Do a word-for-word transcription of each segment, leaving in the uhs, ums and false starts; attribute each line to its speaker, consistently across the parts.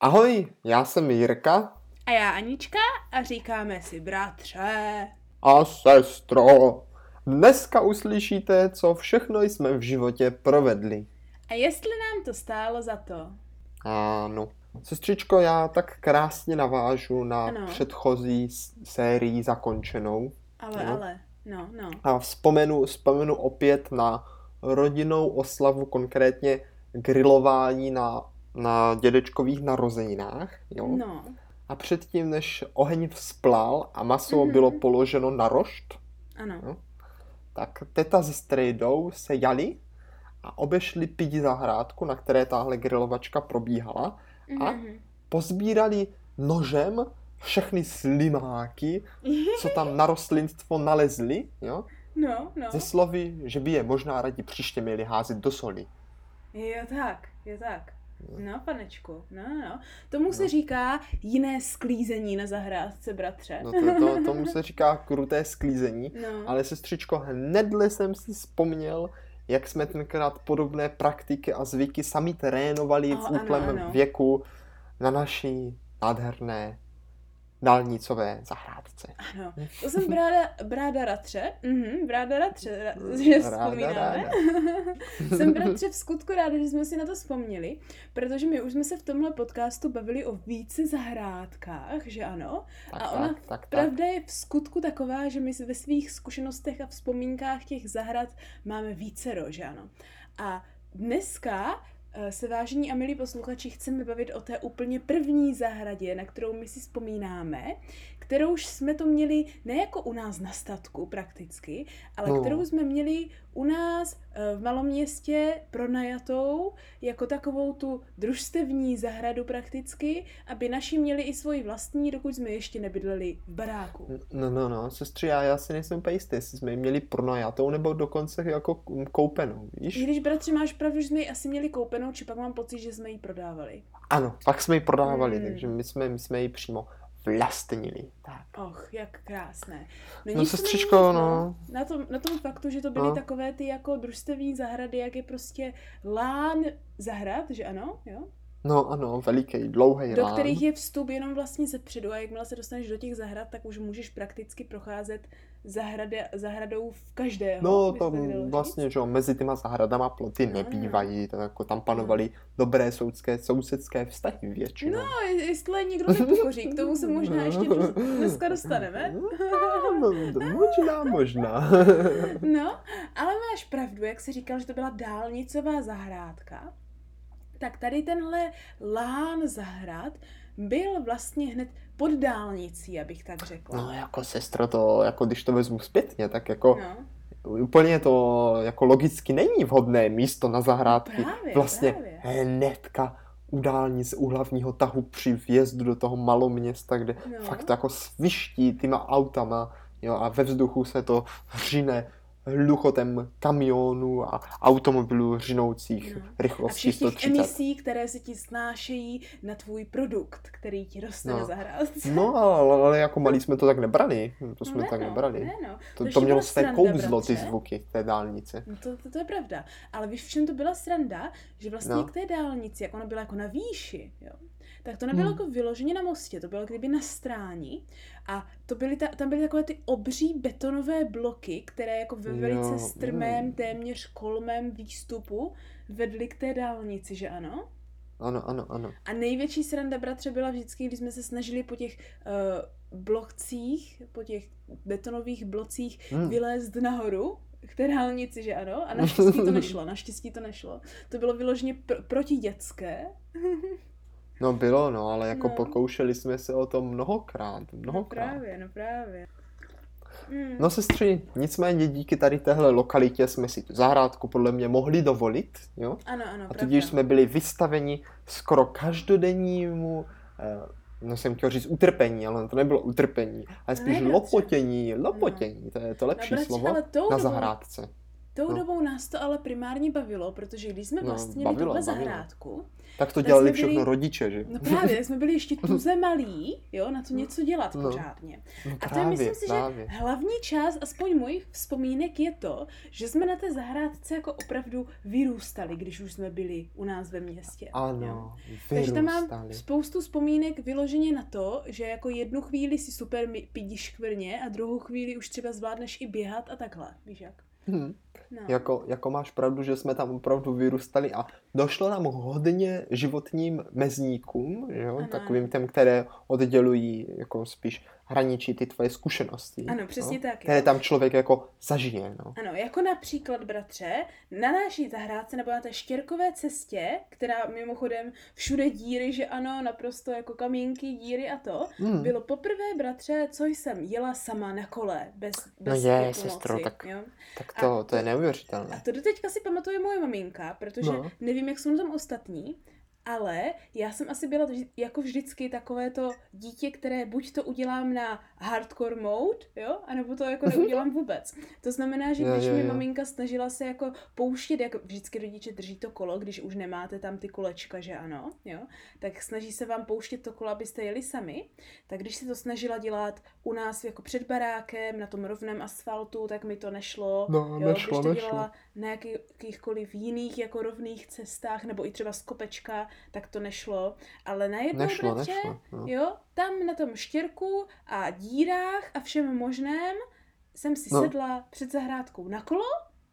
Speaker 1: Ahoj, já jsem Jirka.
Speaker 2: A já Anička a říkáme si bratře.
Speaker 1: A sestro. Dneska uslyšíte, co všechno jsme v životě provedli.
Speaker 2: A jestli nám to stálo za to.
Speaker 1: Ano. Sestřičko, já tak krásně navážu na
Speaker 2: Ano.
Speaker 1: předchozí sérii zakončenou.
Speaker 2: Ale,
Speaker 1: No.
Speaker 2: ale, no, no.
Speaker 1: A vzpomenu, vzpomenu opět na rodinnou oslavu, konkrétně grilování na, na dědečkových narozeninách. Jo?
Speaker 2: No,
Speaker 1: A předtím, než oheň vzplál a maso
Speaker 2: Mhm.
Speaker 1: bylo položeno na rošt,
Speaker 2: ano.
Speaker 1: No. tak teta se strejdou se jali a obešli pidi zahrádku, na které tahle grilovačka probíhala, a
Speaker 2: Mhm.
Speaker 1: pozbírali nožem všechny slimáky, co tam na rostlinstvo nalezli, jo?
Speaker 2: No, no.
Speaker 1: Ze slovy, že by je možná raději příště měli házet do soli.
Speaker 2: Jo tak, jo tak. No, panečku, no, no. Tomu se
Speaker 1: No.
Speaker 2: říká jiné sklízení na zahrádce, bratře.
Speaker 1: No to, to, tomu se říká kruté sklízení,
Speaker 2: No.
Speaker 1: ale sestřičko, hnedle jsem si vzpomněl, jak jsme tenkrát podobné praktiky a zvyky sami trénovali
Speaker 2: O,
Speaker 1: v
Speaker 2: ano,
Speaker 1: útlém
Speaker 2: ano.
Speaker 1: věku na naší nádherné dálnicové zahrádce.
Speaker 2: Ano, to jsem bráda, bráda Ratře, mhm, bráda Ratře, ra, že
Speaker 1: Ráda,
Speaker 2: vzpomínáme.
Speaker 1: ráda.
Speaker 2: Jsem bratře v skutku ráda, že jsme si na to vzpomněli, protože my už jsme se v tomhle podcastu bavili o více zahrádkách, že ano?
Speaker 1: Tak,
Speaker 2: A ona
Speaker 1: tak, tak, tak.
Speaker 2: pravda je v skutku taková, že my ve svých zkušenostech a vzpomínkách těch zahrad máme vícero, že ano? A dneska eh, se, vážení a milí posluchači, chceme bavit o té úplně první zahradě, na kterou my si vzpomínáme, kterou už jsme to měli ne jako u nás na statku prakticky, ale
Speaker 1: No.
Speaker 2: kterou jsme měli u nás eh, v malom městě pronajatou jako takovou tu družstevní zahradu prakticky, aby naši měli i svoji vlastní, dokud jsme ještě nebydleli v baráku.
Speaker 1: No, no, no, sestři, já, já si nejsem úplně jistý, jestli jsme ji měli pronajatou nebo dokonce jako koupenou, víš?
Speaker 2: I když, bratře, máš pravdu, že jsme ji asi měli koupenou, či pak mám pocit, že jsme ji prodávali.
Speaker 1: Ano, pak jsme ji prodávali,
Speaker 2: Hmm.
Speaker 1: takže my jsme, my jsme ji přímo vlastnili. Tak.
Speaker 2: Och, jak krásné.
Speaker 1: No,
Speaker 2: nic
Speaker 1: sestřičko,
Speaker 2: není,
Speaker 1: no.
Speaker 2: Na tom, na tom faktu, že to byly
Speaker 1: No.
Speaker 2: takové ty jako družstevní zahrady, jak je prostě lán zahrad, že ano, jo?
Speaker 1: No ano, veliký, dlouhý
Speaker 2: Do
Speaker 1: lán.
Speaker 2: kterých je vstup jenom vlastně ze předu a jakmile se dostaneš do těch zahrad, tak už můžeš prakticky procházet zahrady, zahradou v každého.
Speaker 1: No
Speaker 2: by se tak
Speaker 1: tam
Speaker 2: dalo
Speaker 1: vlastně,
Speaker 2: říct.
Speaker 1: že jo, mezi těma zahradama ploty
Speaker 2: No,
Speaker 1: nebývají, tak jako tam panovaly dobré sousedské, sousedské vztahy většinou.
Speaker 2: No, je- jestli někdo nepokoří, k tomu se možná ještě dneska dostaneme.
Speaker 1: No, možná, možná.
Speaker 2: No, ale máš pravdu, jak jsi říkal, že to byla dálnicová zahrádka, tak tady tenhle lán zahrad byl vlastně hned pod dálnicí, abych tak řekla.
Speaker 1: No jako sestro, to, jako když to vezmu zpětně, tak jako
Speaker 2: No,
Speaker 1: úplně to jako logicky není vhodné místo na zahrádky.
Speaker 2: Právě,
Speaker 1: vlastně
Speaker 2: právě.
Speaker 1: hnedka u dálnic, u hlavního tahu při vjezdu do toho maloměsta, kde
Speaker 2: No.
Speaker 1: fakt to jako sviští těma autama, jo, a ve vzduchu se to hřine hluchotem kamionů a automobilů hřinoucích
Speaker 2: No. A
Speaker 1: rychlostí
Speaker 2: všech
Speaker 1: sto
Speaker 2: těch
Speaker 1: třicet.
Speaker 2: emisí, které se ti snášejí na tvůj produkt, který ti roste
Speaker 1: No.
Speaker 2: na zahrádce.
Speaker 1: No, ale, ale jako malí jsme to tak nebrali. To jsme
Speaker 2: ne,
Speaker 1: tak
Speaker 2: no,
Speaker 1: nebrali.
Speaker 2: ne, no.
Speaker 1: To,
Speaker 2: ještě
Speaker 1: to mělo
Speaker 2: byla
Speaker 1: své
Speaker 2: sranda,
Speaker 1: kouzlo, ty
Speaker 2: bratře.
Speaker 1: zvuky té dálnice.
Speaker 2: No to, to, to je pravda. Ale víš, v čem to byla sranda? Že vlastně
Speaker 1: No.
Speaker 2: k té dálnici, jak ona byla jako na výši, jo, tak to nebylo
Speaker 1: Hmm.
Speaker 2: jako vyloženě na mostě, to bylo kdyby na stráni a to byly ta, tam byly takové ty obří betonové bloky, které jako ve
Speaker 1: Jo,
Speaker 2: velice strmém,
Speaker 1: mm.
Speaker 2: téměř kolmém výstupu vedly k té dálnici, že ano?
Speaker 1: Ano, ano, ano.
Speaker 2: A největší sranda, bratře, byla vždycky, když jsme se snažili po těch uh, blocích, po těch betonových blocích
Speaker 1: Hmm.
Speaker 2: vylézt nahoru k té dálnici, že ano? A naštěstí to nešlo, naštěstí to nešlo. To bylo vyloženě pr- protidětské.
Speaker 1: No bylo, no, ale jako
Speaker 2: No.
Speaker 1: pokoušeli jsme se o to mnohokrát,
Speaker 2: No
Speaker 1: mnohokrát.
Speaker 2: právě, no právě. Mm.
Speaker 1: No sestři, nicméně díky tady téhle lokalitě jsme si tu zahrádku podle mě mohli dovolit, jo?
Speaker 2: Ano, ano,
Speaker 1: A
Speaker 2: pravda.
Speaker 1: tudíž jsme byli vystaveni skoro každodennímu, eh, no jsem chtěl říct utrpení, ale to nebylo utrpení, ale
Speaker 2: Ne,
Speaker 1: spíš
Speaker 2: bratře.
Speaker 1: lopotění, lopotění, to je to
Speaker 2: No,
Speaker 1: lepší
Speaker 2: bratře,
Speaker 1: slovo,
Speaker 2: ale tou
Speaker 1: na
Speaker 2: dobou-
Speaker 1: zahrádce.
Speaker 2: Tou
Speaker 1: No.
Speaker 2: dobou nás to ale primárně bavilo, protože když jsme
Speaker 1: No,
Speaker 2: vlastně měli
Speaker 1: bavilo,
Speaker 2: tuhle
Speaker 1: bavilo.
Speaker 2: zahrádku,
Speaker 1: Tak to
Speaker 2: Tak
Speaker 1: dělali
Speaker 2: jsme byli-
Speaker 1: všechno rodiče, že?
Speaker 2: no právě, tak jsme byli ještě tuze malí, jo, na to něco dělat
Speaker 1: No.
Speaker 2: pořádně.
Speaker 1: No
Speaker 2: A to je,
Speaker 1: právě,
Speaker 2: myslím si,
Speaker 1: právě.
Speaker 2: že hlavní část, aspoň můj vzpomínek je to, že jsme na té zahrádce jako opravdu vyrůstali, když už jsme byli u nás ve městě. jo.
Speaker 1: Ano,
Speaker 2: Takže tam mám
Speaker 1: vyrůstali.
Speaker 2: spoustu vzpomínek vyloženě na to, že jako jednu chvíli si super mi- pidíš škvrně a druhou chvíli už třeba zvládneš i běhat a takhle, víš jak?
Speaker 1: Hm.
Speaker 2: No.
Speaker 1: Jako, jako máš pravdu, že jsme tam opravdu vyrůstali a došlo nám hodně životním mezníkům, že jo?
Speaker 2: Ano,
Speaker 1: Takovým
Speaker 2: ano.
Speaker 1: těm, které oddělují, jako spíš hraničí ty tvoje zkušenosti.
Speaker 2: Ano, přesně
Speaker 1: no?
Speaker 2: tak,
Speaker 1: Které
Speaker 2: jo.
Speaker 1: tam člověk jako zažije, no.
Speaker 2: Ano, jako například, bratře, na naší zahrádce nebo na té štěrkové cestě, která mimochodem všude díry, že ano, naprosto jako kamínky, díry a to,
Speaker 1: Hmm.
Speaker 2: bylo poprvé, bratře, co jsem jela sama na kole, bez, bez
Speaker 1: je,
Speaker 2: jako
Speaker 1: sestro,
Speaker 2: moci,
Speaker 1: tak-
Speaker 2: jo?
Speaker 1: Tak
Speaker 2: A
Speaker 1: to, to je
Speaker 2: A
Speaker 1: neuvěřitelné.
Speaker 2: to doteďka si pamatuje moje maminka, protože
Speaker 1: No.
Speaker 2: nevím, jak jsou na tom ostatní, ale já jsem asi byla vždy- jako vždycky takové to dítě, které buď to udělám na hardcore mode, jo, anebo to jako neudělám vůbec. To znamená, že
Speaker 1: Jo,
Speaker 2: když
Speaker 1: jo,
Speaker 2: mi
Speaker 1: jo.
Speaker 2: maminka snažila se jako pouštět, jako vždycky rodiče drží to kolo, když už nemáte tam ty kolečka, že ano, jo, tak snaží se vám pouštět to kolo, abyste jeli sami, tak když se to snažila dělat u nás jako před barákem, na tom rovném asfaltu, tak mi to nešlo.
Speaker 1: No,
Speaker 2: jo,
Speaker 1: nešlo,
Speaker 2: když to
Speaker 1: nešlo.
Speaker 2: dělala na jaký- jakýchkoliv jiných jako rovných cestách, nebo i třeba z kopečka, tak to nešlo. Ale najednou,
Speaker 1: Nešlo,
Speaker 2: bratře,
Speaker 1: nešlo. No.
Speaker 2: jo, tam na tom štěrku a dírách a všem možném jsem si
Speaker 1: No.
Speaker 2: sedla před zahrádkou na kolo,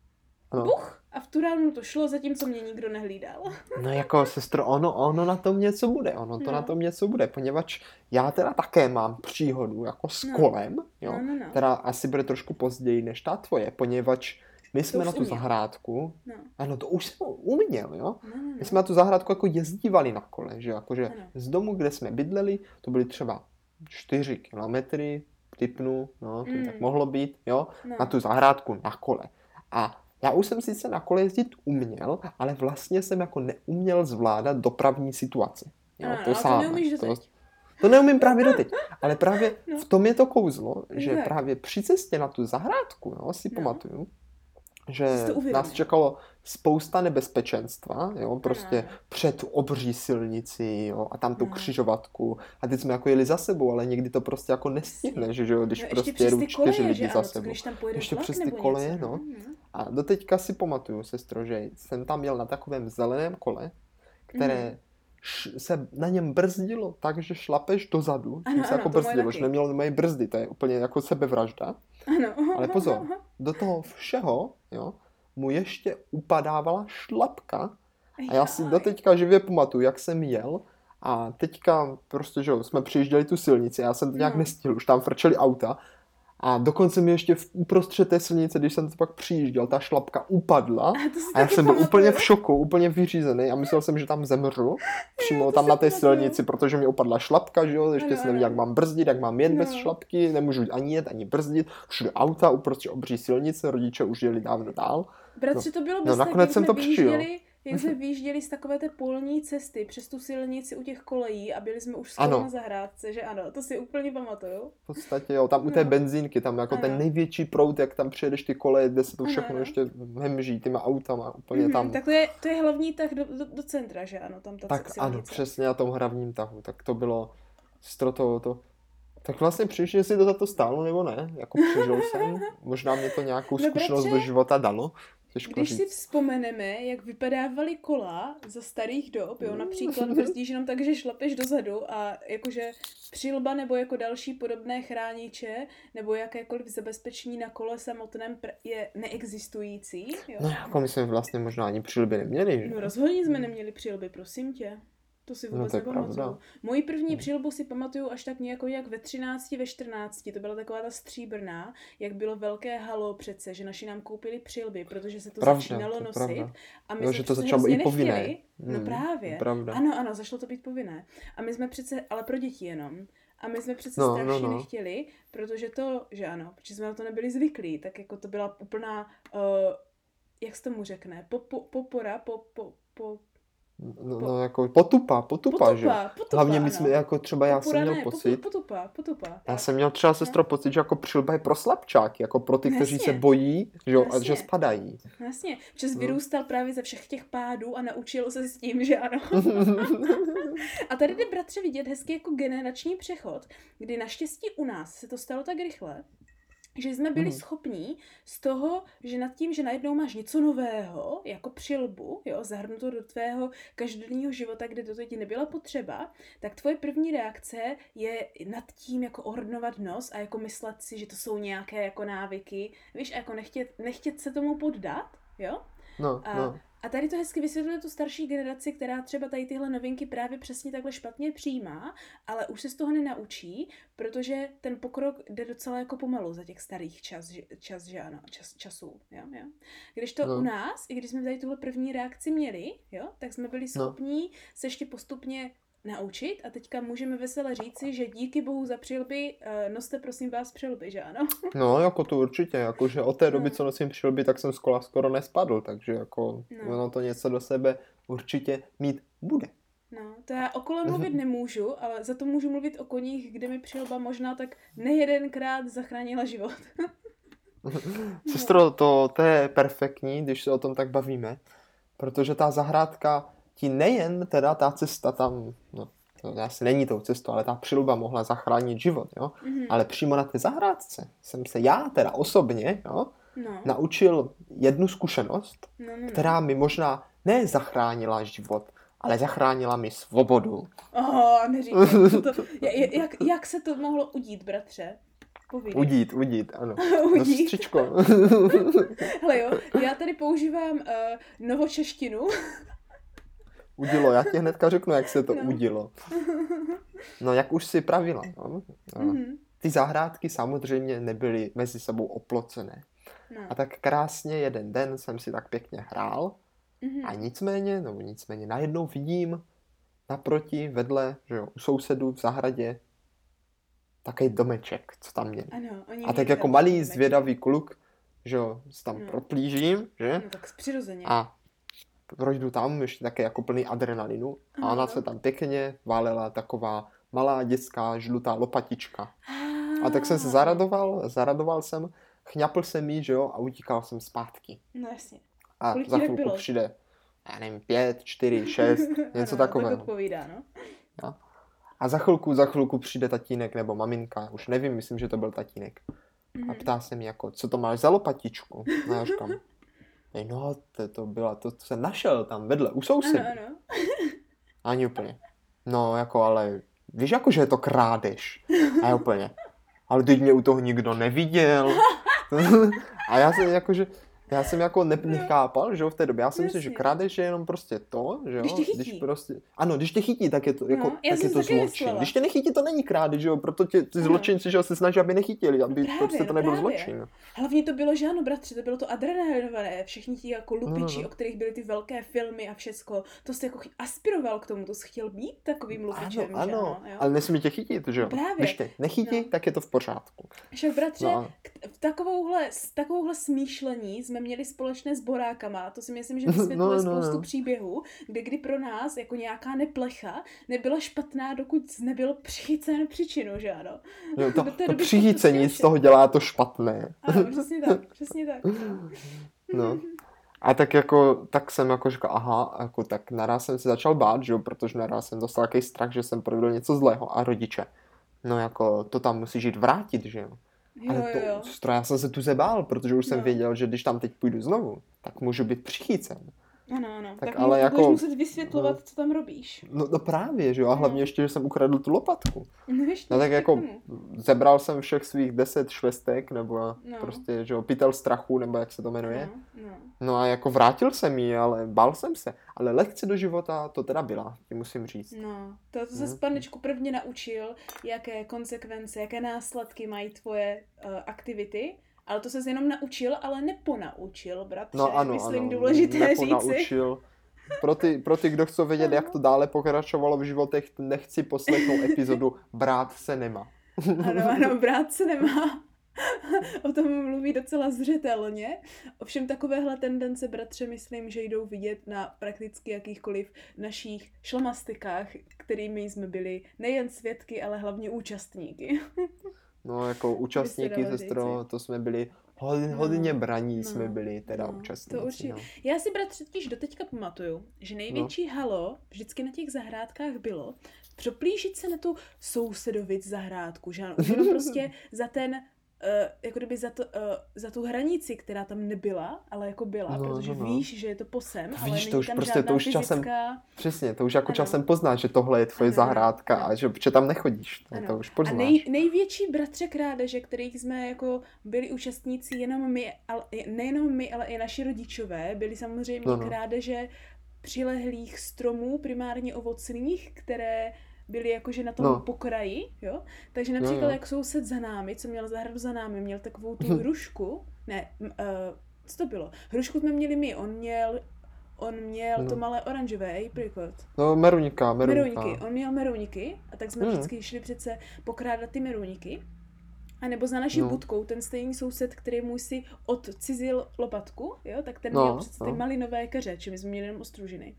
Speaker 1: No.
Speaker 2: buch, a v tu ránu to šlo, zatímco mě nikdo nehlídal.
Speaker 1: No jako sestro, ono, ono na tom něco bude, ono to
Speaker 2: No.
Speaker 1: na tom něco bude, poněvadž já teda také mám příhodu jako s
Speaker 2: No.
Speaker 1: kolem, jo,
Speaker 2: No, no, no.
Speaker 1: která asi bude trošku později než ta tvoje, poněvadž my jsme
Speaker 2: už
Speaker 1: na tu
Speaker 2: uměl.
Speaker 1: zahrádku,
Speaker 2: No,
Speaker 1: ano, to už jsem uměl, jo,
Speaker 2: no, no,
Speaker 1: my
Speaker 2: no.
Speaker 1: jsme na tu zahrádku jako jezdívali na kole, že jakože
Speaker 2: Ano.
Speaker 1: z domu, kde jsme bydleli, to byly třeba čtyři kilometry, typnu, no, to by
Speaker 2: Mm.
Speaker 1: tak mohlo být, jo,
Speaker 2: No.
Speaker 1: na tu zahrádku na kole. A já už jsem sice na kole jezdit uměl, ale vlastně jsem jako neuměl zvládat dopravní situaci. Jo,
Speaker 2: Ano,
Speaker 1: to
Speaker 2: ale to
Speaker 1: sám.
Speaker 2: neumíš
Speaker 1: to,
Speaker 2: doteď.
Speaker 1: to neumím právě doteď. Ale právě
Speaker 2: No.
Speaker 1: v tom je to kouzlo, že
Speaker 2: Tak.
Speaker 1: právě při cestě na tu zahrádku, jo, si
Speaker 2: No.
Speaker 1: pamatuju,
Speaker 2: Jsi
Speaker 1: že
Speaker 2: to uvědomil.
Speaker 1: nás čekalo spousta nebezpečenstva, jo, prostě
Speaker 2: Ano.
Speaker 1: před obří silnici, jo, a tam tu
Speaker 2: No.
Speaker 1: křižovatku. A teď jsme jako jeli za sebou, ale někdy to prostě jako nestihneš, že jo, když
Speaker 2: No, ještě
Speaker 1: prostě
Speaker 2: přes
Speaker 1: jedou
Speaker 2: ty
Speaker 1: čtyři
Speaker 2: koleje,
Speaker 1: lidi
Speaker 2: že
Speaker 1: za
Speaker 2: ano, co
Speaker 1: sebou.
Speaker 2: když tam pojede
Speaker 1: Ještě
Speaker 2: vlak
Speaker 1: přes ty
Speaker 2: nebo
Speaker 1: koleje,
Speaker 2: něco,
Speaker 1: no.
Speaker 2: no.
Speaker 1: A doteďka si pamatuju, sestro, že jsem tam jel na takovém zeleném kole, které
Speaker 2: Mhm.
Speaker 1: š- se na něm brzdilo tak, že šlapeš dozadu,
Speaker 2: Ano,
Speaker 1: tím se
Speaker 2: ano,
Speaker 1: jako
Speaker 2: to moje
Speaker 1: brzdilo, že
Speaker 2: taky.
Speaker 1: nemělo moje brzdy, to je úplně jako sebevražda.
Speaker 2: Ano.
Speaker 1: Ale pozor, do toho všeho, jo, mu ještě upadávala šlapka a já si
Speaker 2: Jaj.
Speaker 1: doteďka živě pamatuju, jak jsem jel a teďka prostě, že jo, jsme přijížděli tu silnici a já jsem to nějak
Speaker 2: No.
Speaker 1: nestihl, už tam frčeli auta a dokonce mi ještě v uprostřed té silnice, když jsem to pak přijížděl, ta šlapka upadla
Speaker 2: A to si
Speaker 1: a já
Speaker 2: taky
Speaker 1: jsem byl
Speaker 2: pamatuju.
Speaker 1: úplně v šoku, úplně vyřízený a myslel jsem, že tam zemřu přímo
Speaker 2: to
Speaker 1: tam
Speaker 2: si
Speaker 1: na té
Speaker 2: pamatuju.
Speaker 1: silnici, protože mi upadla šlapka, že jo, ještě
Speaker 2: Ano,
Speaker 1: jsem nevěděl, jak
Speaker 2: ano.
Speaker 1: mám brzdit, jak mám jet
Speaker 2: No.
Speaker 1: bez šlapky, nemůžu ani jet, ani brzdit, všude auta, uprostřed obří silnice, rodiče už jeli dávno dál.
Speaker 2: Bratře, to bylo
Speaker 1: no,
Speaker 2: bez tak,
Speaker 1: nakonec
Speaker 2: jak
Speaker 1: jsem
Speaker 2: jsme
Speaker 1: to přežil.
Speaker 2: vyjížděli, jak jsme vyjížděli z takové té polní cesty přes tu silnici u těch kolejí a byli jsme už skoro
Speaker 1: Ano.
Speaker 2: na zahrádce, že ano, to si úplně pamatuju.
Speaker 1: V podstatě jo, tam u té
Speaker 2: No.
Speaker 1: benzínky, tam jako
Speaker 2: Ano.
Speaker 1: ten největší proud, jak tam přijedeš ty koleje, kde se to
Speaker 2: Ano,
Speaker 1: všechno
Speaker 2: ano.
Speaker 1: ještě hemží těma autama, úplně
Speaker 2: Mhm,
Speaker 1: tam.
Speaker 2: tak to je, to je hlavní tah do, do, do centra, že ano, tam ta
Speaker 1: Tak
Speaker 2: silnice.
Speaker 1: ano, přesně na tom hlavním tahu, tak to bylo stro to, to. Tak vlastně příště, jestli to za to stálo nebo ne, jako přežil jsem, možná mě to nějakou
Speaker 2: No,
Speaker 1: zkušenost
Speaker 2: bratře,
Speaker 1: do života dalo, těžko
Speaker 2: Když si
Speaker 1: říct.
Speaker 2: vzpomeneme, jak vypadávaly kola za starých dob, jo, například brzdíš jenom tak, že šlapeš dozadu a jakože přilba nebo jako další podobné chrániče nebo jakékoliv zabezpečení na kole samotném pr- je neexistující, jo.
Speaker 1: No jako my jsme vlastně možná ani přilby neměli, že?
Speaker 2: No rozhodně jsme neměli přilby, prosím tě. To si
Speaker 1: No,
Speaker 2: vůbec
Speaker 1: to je
Speaker 2: nepamatuju.
Speaker 1: pravda.
Speaker 2: Moji první přilbu si pamatuju až tak nějak, jak ve třinácti, ve čtrnácti. To byla taková ta stříbrná, jak bylo velké halo přece, že naši nám koupili přilby, protože se to
Speaker 1: Pravda,
Speaker 2: začínalo
Speaker 1: to je
Speaker 2: nosit.
Speaker 1: pravda.
Speaker 2: A my
Speaker 1: Jo,
Speaker 2: jsme
Speaker 1: že to
Speaker 2: přece
Speaker 1: začalo být
Speaker 2: hrozně
Speaker 1: i povinné.
Speaker 2: nechtěli. No
Speaker 1: Hmm,
Speaker 2: právě.
Speaker 1: pravda.
Speaker 2: Ano, ano, zašlo to být povinné. A my jsme přece, ale pro děti jenom. A my jsme přece
Speaker 1: No,
Speaker 2: strašně
Speaker 1: no, no.
Speaker 2: nechtěli, protože to, že ano, protože jsme na to nebyli zvyklí, tak jako to byla úplná, uh, jak se tomu řekne, po, po, popora, po, po, po,
Speaker 1: No,
Speaker 2: Po-
Speaker 1: no jako potupa, potupa,
Speaker 2: Potupa,
Speaker 1: že jo.
Speaker 2: potupa,
Speaker 1: Hlavně my
Speaker 2: ano.
Speaker 1: jsme, jako třeba já jsem
Speaker 2: Popura
Speaker 1: měl
Speaker 2: ne,
Speaker 1: pocit,
Speaker 2: potu- Potupa, potupa.
Speaker 1: já
Speaker 2: tak.
Speaker 1: jsem měl třeba, sestro, pocit, že jako přilba je pro slabčáky, jako pro ty, kteří se
Speaker 2: Jasně.
Speaker 1: bojí, že jo, a že
Speaker 2: Jasně.
Speaker 1: spadají.
Speaker 2: No jasně, přes
Speaker 1: No.
Speaker 2: vyrůstal právě ze všech těch pádů a naučil se s tím, že ano. A tady jde, bratře, vidět hezký jako generační přechod, kdy naštěstí u nás se to stalo tak rychle, že jsme byli
Speaker 1: Mhm.
Speaker 2: schopní z toho, že nad tím, že najednou máš něco nového, jako přilbu, jo, zahrnuto do tvého každodenního života, kde to ti nebyla potřeba, tak tvoje první reakce je nad tím jako ornovat nos a jako myslet si, že to jsou nějaké jako návyky, víš, a jako nechtět, nechtět se tomu poddat, jo.
Speaker 1: No,
Speaker 2: A,
Speaker 1: no.
Speaker 2: a tady to hezky vysvětluje tu starší generaci, která třeba tady tyhle novinky právě přesně takhle špatně přijímá, ale už se z toho nenaučí, protože ten pokrok jde docela jako pomalu za těch starých čas, že- čas, že ano, čas, časů, jo, jo. Když to
Speaker 1: No.
Speaker 2: u nás, i když jsme tady tuhle první reakci měli, jo, tak jsme byli
Speaker 1: No.
Speaker 2: schopní se ještě postupně naučit a teďka můžeme vesele říci, že díky bohu za přilby, uh, noste prosím vás přilby, že ano?
Speaker 1: No, jako to určitě, jakože od té doby,
Speaker 2: No.
Speaker 1: co nosím přilby, tak jsem z kola skoro nespadl, takže jako
Speaker 2: No.
Speaker 1: ono to něco do sebe určitě mít bude.
Speaker 2: No, to já o kole mluvit nemůžu, ale za to můžu mluvit o koních, kde mi přilba možná tak nejedenkrát zachránila život.
Speaker 1: Sestro, to, to je perfektní, když se o tom tak bavíme, protože ta zahrádka ti nejen teda ta cesta tam, no to asi není tou cestou, ale ta přilba mohla zachránit život, jo,
Speaker 2: Mhm.
Speaker 1: ale přímo na té zahrádce jsem se já teda osobně, jo,
Speaker 2: No,
Speaker 1: naučil jednu zkušenost,
Speaker 2: no, no, no.
Speaker 1: která mi možná ne zachránila život, ale zachránila mi svobodu.
Speaker 2: Oh, neříkej, co to, jak, jak, jak se to mohlo udít, bratře? Povídej.
Speaker 1: Udít, udít, ano. No,
Speaker 2: Udít.
Speaker 1: sestřičko.
Speaker 2: Hele jo, já tady používám uh, novočeštinu.
Speaker 1: Udilo, já ti hnedka řeknu, jak se to
Speaker 2: No.
Speaker 1: udilo. No, jak už si pravila, no. No.
Speaker 2: Mhm.
Speaker 1: Ty zahrádky samozřejmě nebyly mezi sebou oplocené.
Speaker 2: No.
Speaker 1: A tak krásně jeden den jsem si tak pěkně hrál
Speaker 2: Mhm.
Speaker 1: a nicméně, no nicméně, najednou vidím naproti, vedle, že jo, u sousedů v zahradě takový domeček, co tam měli.
Speaker 2: Ano, oni
Speaker 1: A
Speaker 2: měli
Speaker 1: tak jako
Speaker 2: tam
Speaker 1: malý
Speaker 2: domeček.
Speaker 1: zvědavý kluk, že jo, se tam
Speaker 2: No.
Speaker 1: proplížím, že?
Speaker 2: No tak přirozeně.
Speaker 1: A projdu tam, ještě také jako plný adrenalinu. A ona
Speaker 2: Aha.
Speaker 1: se tam pěkně válela taková malá dětská žlutá lopatička. A tak jsem se zaradoval, zaradoval jsem, chňapl jsem jí, že jo, a utíkal jsem zpátky.
Speaker 2: No jasně.
Speaker 1: A
Speaker 2: Kolik ti
Speaker 1: za
Speaker 2: tak
Speaker 1: chvilku
Speaker 2: bylo?
Speaker 1: přijde, já nevím, pět, čtyři, šest, něco
Speaker 2: Ano,
Speaker 1: takového.
Speaker 2: tak odpovídá, no.
Speaker 1: Jo. A za chvilku, za chvilku přijde tatínek nebo maminka, už nevím, myslím, že to byl tatínek. A
Speaker 2: Mhm.
Speaker 1: ptá se mě jako, co to máš za lopatičku? No já říkám, "Ej, no, to, to byla, to, to jsem našel tam vedle, u sousedů.
Speaker 2: Ano, ano.
Speaker 1: Ani úplně. No, jako, ale víš, jako, že je to krádež. A já úplně, ale teď mě u toho nikdo neviděl. A já jsem jakože, já jsem jako ne, nechápal, že jo, v té době. Já jsem myslel, že
Speaker 2: Jasně.
Speaker 1: krádež je jenom prostě to, že jo.
Speaker 2: Když tě chytí.
Speaker 1: Když prostě, ano, když tě chytí, tak je to, jako,
Speaker 2: No, já
Speaker 1: tak
Speaker 2: jsem
Speaker 1: je to
Speaker 2: si taky
Speaker 1: zločin.
Speaker 2: myslela.
Speaker 1: Když tě nechytí, to není krádež, že jo, proto tě, ty
Speaker 2: Ano.
Speaker 1: zločinci, že jo, se snaží, aby nechytili, aby
Speaker 2: právě,
Speaker 1: prostě to
Speaker 2: no
Speaker 1: nebyl
Speaker 2: právě.
Speaker 1: zločin.
Speaker 2: Hlavně to bylo, že ano, bratře, to bylo to adrenalinové, všichni ti jako lupiči,
Speaker 1: No, no, no.
Speaker 2: o kterých byly ty velké filmy a všecko, to jsi jako ch- aspiroval k tomu, to jsi chtěl být takovým lupičem,
Speaker 1: Ano,
Speaker 2: že
Speaker 1: ano,
Speaker 2: ano, jo?
Speaker 1: ale nesmí tě chytit, že jo.
Speaker 2: Právě.
Speaker 1: Když tě nechytí,
Speaker 2: No.
Speaker 1: tak je to v pořádku.
Speaker 2: Však bratře,
Speaker 1: No a-
Speaker 2: k- v takovouhle, s takovouhle smýšlení jsme měli společné s borákama, to si myslím, že vysvětluje
Speaker 1: No, no,
Speaker 2: spoustu
Speaker 1: no.
Speaker 2: příběhů, kde kdy pro nás jako nějaká neplecha nebyla špatná, dokud nebyl přichycen příčinu, že ano.
Speaker 1: Jo, to,
Speaker 2: Do té
Speaker 1: to
Speaker 2: doby
Speaker 1: přichycení
Speaker 2: to
Speaker 1: z toho dělá to špatné.
Speaker 2: Ano, přesně tak, přesně tak.
Speaker 1: No. A tak jako, tak jsem jako říkal, aha, jako tak naraz jsem se začal bát, že jo, protože naraz jsem dostal takový strach, že jsem provedl něco zlého a rodiče. No jako, to tam musíš jít vrátit, že jo.
Speaker 2: Jo,
Speaker 1: Ale
Speaker 2: jo,
Speaker 1: to,
Speaker 2: jo.
Speaker 1: sestro, já jsem se tu zebál, protože už jsem
Speaker 2: No.
Speaker 1: věděl, že když tam teď půjdu znovu, tak můžu být přichycen.
Speaker 2: Ano, ano. Tak,
Speaker 1: Tak
Speaker 2: tak
Speaker 1: ale
Speaker 2: ale
Speaker 1: jako-
Speaker 2: budeš muset vysvětlovat,
Speaker 1: no.
Speaker 2: co tam robíš.
Speaker 1: No, no právě, že jo, a hlavně
Speaker 2: No.
Speaker 1: ještě, že jsem ukradl tu lopatku.
Speaker 2: No, víš,
Speaker 1: No tak jako
Speaker 2: tomu.
Speaker 1: zebral jsem všech svých deset švestek, nebo
Speaker 2: No.
Speaker 1: prostě, že jo, pytel strachu, nebo jak se to jmenuje.
Speaker 2: No, no.
Speaker 1: No a jako vrátil jsem ji, ale bál jsem se. Ale lekce do života to teda byla, ti musím říct.
Speaker 2: No, to, to se
Speaker 1: Mhm.
Speaker 2: panečku prvně naučil, jaké konsekvence, jaké následky mají tvoje uh, aktivity, ale to se jenom naučil, ale neponaučil, bratře.
Speaker 1: No ano,
Speaker 2: Myslím,
Speaker 1: ano,
Speaker 2: důležité říci.
Speaker 1: neponaučil. Pro ty, pro ty, kdo chcou vědět, jak to dále pokračovalo v životech, nechci poslechnout epizodu Brát se nemá.
Speaker 2: Ano, ano, brát se nemá. O tom mluví docela zřetelně. Ovšem takovéhle tendence, bratře, myslím, že jdou vidět na prakticky jakýchkoliv našich šlamastikách, kterými jsme byli nejen svědky, ale hlavně účastníky.
Speaker 1: No jako účastníky, sestro, to jsme byli hodně, hodně braní no, jsme byli teda no, účastníci. To určitě. No.
Speaker 2: Já si, bratře, totiž doteďka pamatuju, že největší no. halo vždycky na těch zahrádkách bylo proplížit se na tu sousedovic zahrádku, že ano, prostě za ten Uh, jako kdyby za, to, uh, za tu hranici, která tam nebyla, ale jako byla, no, protože no, no. víš, že je to posem, ale
Speaker 1: víš,
Speaker 2: není
Speaker 1: to už
Speaker 2: tam
Speaker 1: prostě,
Speaker 2: žádná
Speaker 1: to už
Speaker 2: fyzická...
Speaker 1: časem, přesně, to už jako ano. časem poznáš, že tohle je tvoje ano, zahrádka ano. a že, že tam nechodíš, to, to už poznáš.
Speaker 2: A nej, největší bratře krádeže, kterých jsme jako byli účastníci jenom my, ale, nejenom my, ale i naši rodičové, byly samozřejmě no, no. krádeže přilehlých stromů, primárně ovocných, které byli jakože na tom no. pokraji, jo? Takže například no, jak soused za námi, co měl zahradu za námi, měl takovou tu hrušku, ne, uh, co to bylo? Hrušku jsme měli my, on měl, on měl no. to malé oranžové, apricot.
Speaker 1: No, meruňka, meruňka.
Speaker 2: Meruňky, on měl meruňky a tak jsme mm. vždycky šli přece pokrádat ty meruňky. A nebo za naší no. budkou, ten stejný soused, který mu si odcizil lopatku, jo? Tak ten no, měl přece no. ty malinové keře, či my jsme měli jenom ostružiny.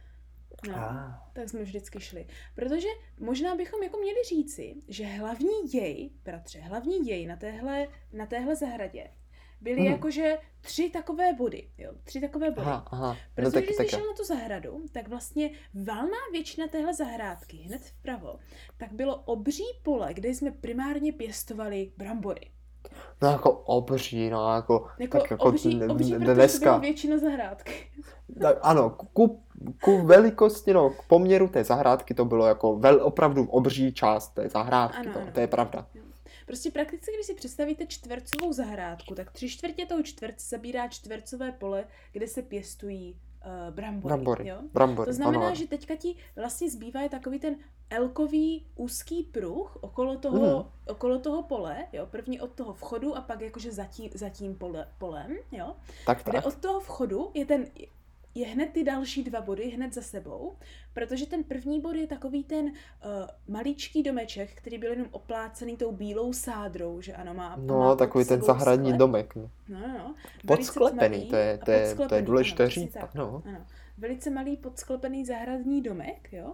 Speaker 2: No, ah. tak jsme vždycky šli. Protože možná bychom jako měli říci, že hlavní děj, bratře, hlavní děj na téhle, na téhle zahradě byly hmm. jakože tři takové body, jo, tři takové body. Aha, aha. Protože no, taky, když jsi šel na tu zahradu, tak vlastně valná většina téhle zahrádky, hned vpravo, tak bylo obří pole, kde jsme primárně pěstovali brambory.
Speaker 1: No jako obří, no jako...
Speaker 2: Jako
Speaker 1: tak jako
Speaker 2: obří,
Speaker 1: dne,
Speaker 2: obří,
Speaker 1: dneska,
Speaker 2: protože to byla většina zahrádky.
Speaker 1: Tak ano, ku, ku velikosti, no, k poměru té zahrádky to bylo jako vel, opravdu obří část té zahrádky, ano, to, ano. to je pravda.
Speaker 2: Prostě prakticky, když si představíte čtvercovou zahrádku, tak tři čtvrtě toho čtverce zabírá čtvercové pole, kde se pěstují uh, brambory. Brambory,
Speaker 1: jo? Brambory,
Speaker 2: to znamená,
Speaker 1: ano.
Speaker 2: že teďka ti vlastně zbývá je takový ten elkový úzký pruh okolo toho, mm. okolo toho pole, jo, první od toho vchodu a pak jakože za tím, za tím pole, polem, jo,
Speaker 1: tak,
Speaker 2: kde
Speaker 1: tak.
Speaker 2: od toho vchodu je ten, je hned ty další dva body, hned za sebou, protože ten první bod je takový ten uh, maličký domeček, který byl jenom oplácený tou bílou sádrou, že ano, má,
Speaker 1: no,
Speaker 2: má
Speaker 1: takový ten zahradní sklep. Domek. No,
Speaker 2: no, no.
Speaker 1: Podsklepený, to je, to je, to je důležité říct. No.
Speaker 2: Ano. Velice malý podsklepený zahradní domek, jo.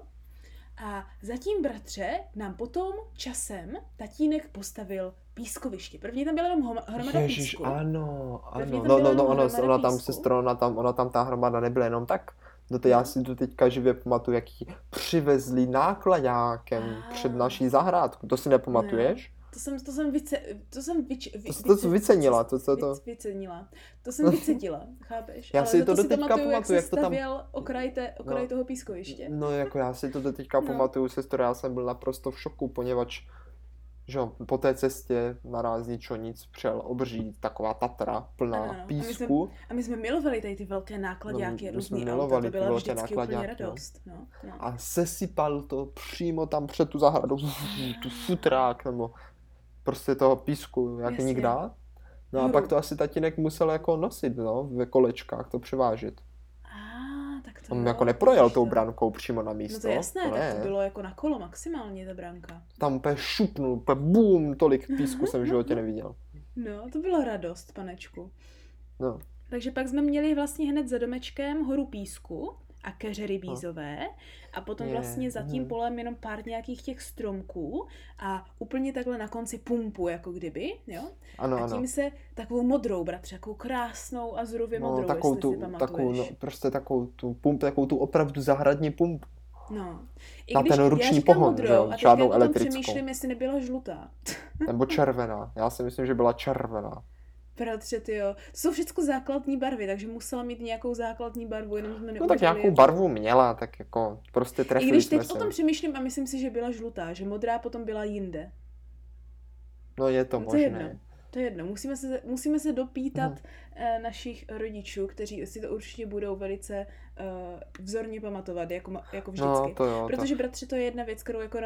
Speaker 2: A zatím, bratře, nám potom časem tatínek postavil pískoviště. První tam byla jenom hromada
Speaker 1: Ježiš,
Speaker 2: písku.
Speaker 1: ano, ano. No, no, no, ono, ona tam, sestro, ona tam, ona tam ta hromada nebyla jenom tak. No to já si tu teďka živě pamatuju, jak ji přivezli nákladákem ah. před naší zahrádku. To si nepamatuješ?
Speaker 2: No. To jsem, to jsem, vyce, to jsem vyč, vy,
Speaker 1: to, to, to vycenila. To, to, to...
Speaker 2: Vycenila. To jsem vycedila, chápeš?
Speaker 1: Já si
Speaker 2: ale
Speaker 1: to
Speaker 2: to
Speaker 1: do teďka
Speaker 2: pamatuju,
Speaker 1: pamatuju,
Speaker 2: jak,
Speaker 1: jak to tam...
Speaker 2: stavěl okraj, te, okraj no, toho pískoviště.
Speaker 1: No jako já si to do teďka no. pamatuju, sestro, já jsem byl naprosto v šoku, poněvadž že po té cestě naráz ničo nic přijel obří taková Tatra plná ano, ano. písku.
Speaker 2: A my, jsme, a my jsme milovali tady ty velké nákladáky, no, různý auta, to byla vždycky úplně radost. No, no.
Speaker 1: A sesypal to přímo tam před tu zahradu, tu futrák, nebo prostě toho písku, jak nikdy dát. No a pak to asi tatínek musel jako nosit, no, ve kolečkách to převážet.
Speaker 2: Ah, tak to
Speaker 1: On
Speaker 2: bylo,
Speaker 1: jako neprojel tou brankou přímo na místo.
Speaker 2: No to jasné, to tak to bylo jako na kolo maximálně ta branka.
Speaker 1: Tam úplně šupnul, úplně bum, tolik písku jsem v životě neviděl.
Speaker 2: No, to byla radost, panečku.
Speaker 1: No.
Speaker 2: Takže pak jsme měli vlastně hned za domečkem horu písku a keře rybízové a potom vlastně za tím polem jenom pár nějakých těch stromků a úplně takhle na konci pumpu, jako kdyby, jo?
Speaker 1: Ano,
Speaker 2: a tím
Speaker 1: ano.
Speaker 2: se takovou modrou, bratře, takovou krásnou azurově
Speaker 1: no,
Speaker 2: modrou,
Speaker 1: takovou
Speaker 2: jestli
Speaker 1: tu,
Speaker 2: si pamatuješ.
Speaker 1: Takovou, no, prostě takovou tu pumpu, takovou tu opravdu zahradní pumpu.
Speaker 2: No. I
Speaker 1: na
Speaker 2: když
Speaker 1: ten ruční pohon,
Speaker 2: modrou,
Speaker 1: že jo,
Speaker 2: a
Speaker 1: žádnou
Speaker 2: já
Speaker 1: elektrickou.
Speaker 2: Přemýšlím, jestli nebyla žlutá.
Speaker 1: Nebo červená, já si myslím, že byla červená.
Speaker 2: Bratře, tyjo. To jsou všechno základní barvy, takže musela mít nějakou základní barvu, jenom jsme
Speaker 1: No tak nějakou barvu měla, tak jako prostě trefili
Speaker 2: jsme I když
Speaker 1: jsme
Speaker 2: teď
Speaker 1: se.
Speaker 2: o tom přemýšlím a myslím si, že byla žlutá, že modrá potom byla jinde.
Speaker 1: No je to
Speaker 2: no, to
Speaker 1: možné.
Speaker 2: Je jedno. To je jedno. Musíme se, musíme se dopítat hmm. našich rodičů, kteří si to určitě budou velice uh, vzorně pamatovat, jako, jako vždycky.
Speaker 1: No, to jo,
Speaker 2: Protože,
Speaker 1: to...
Speaker 2: bratře, to je jedna věc, kterou jako jenom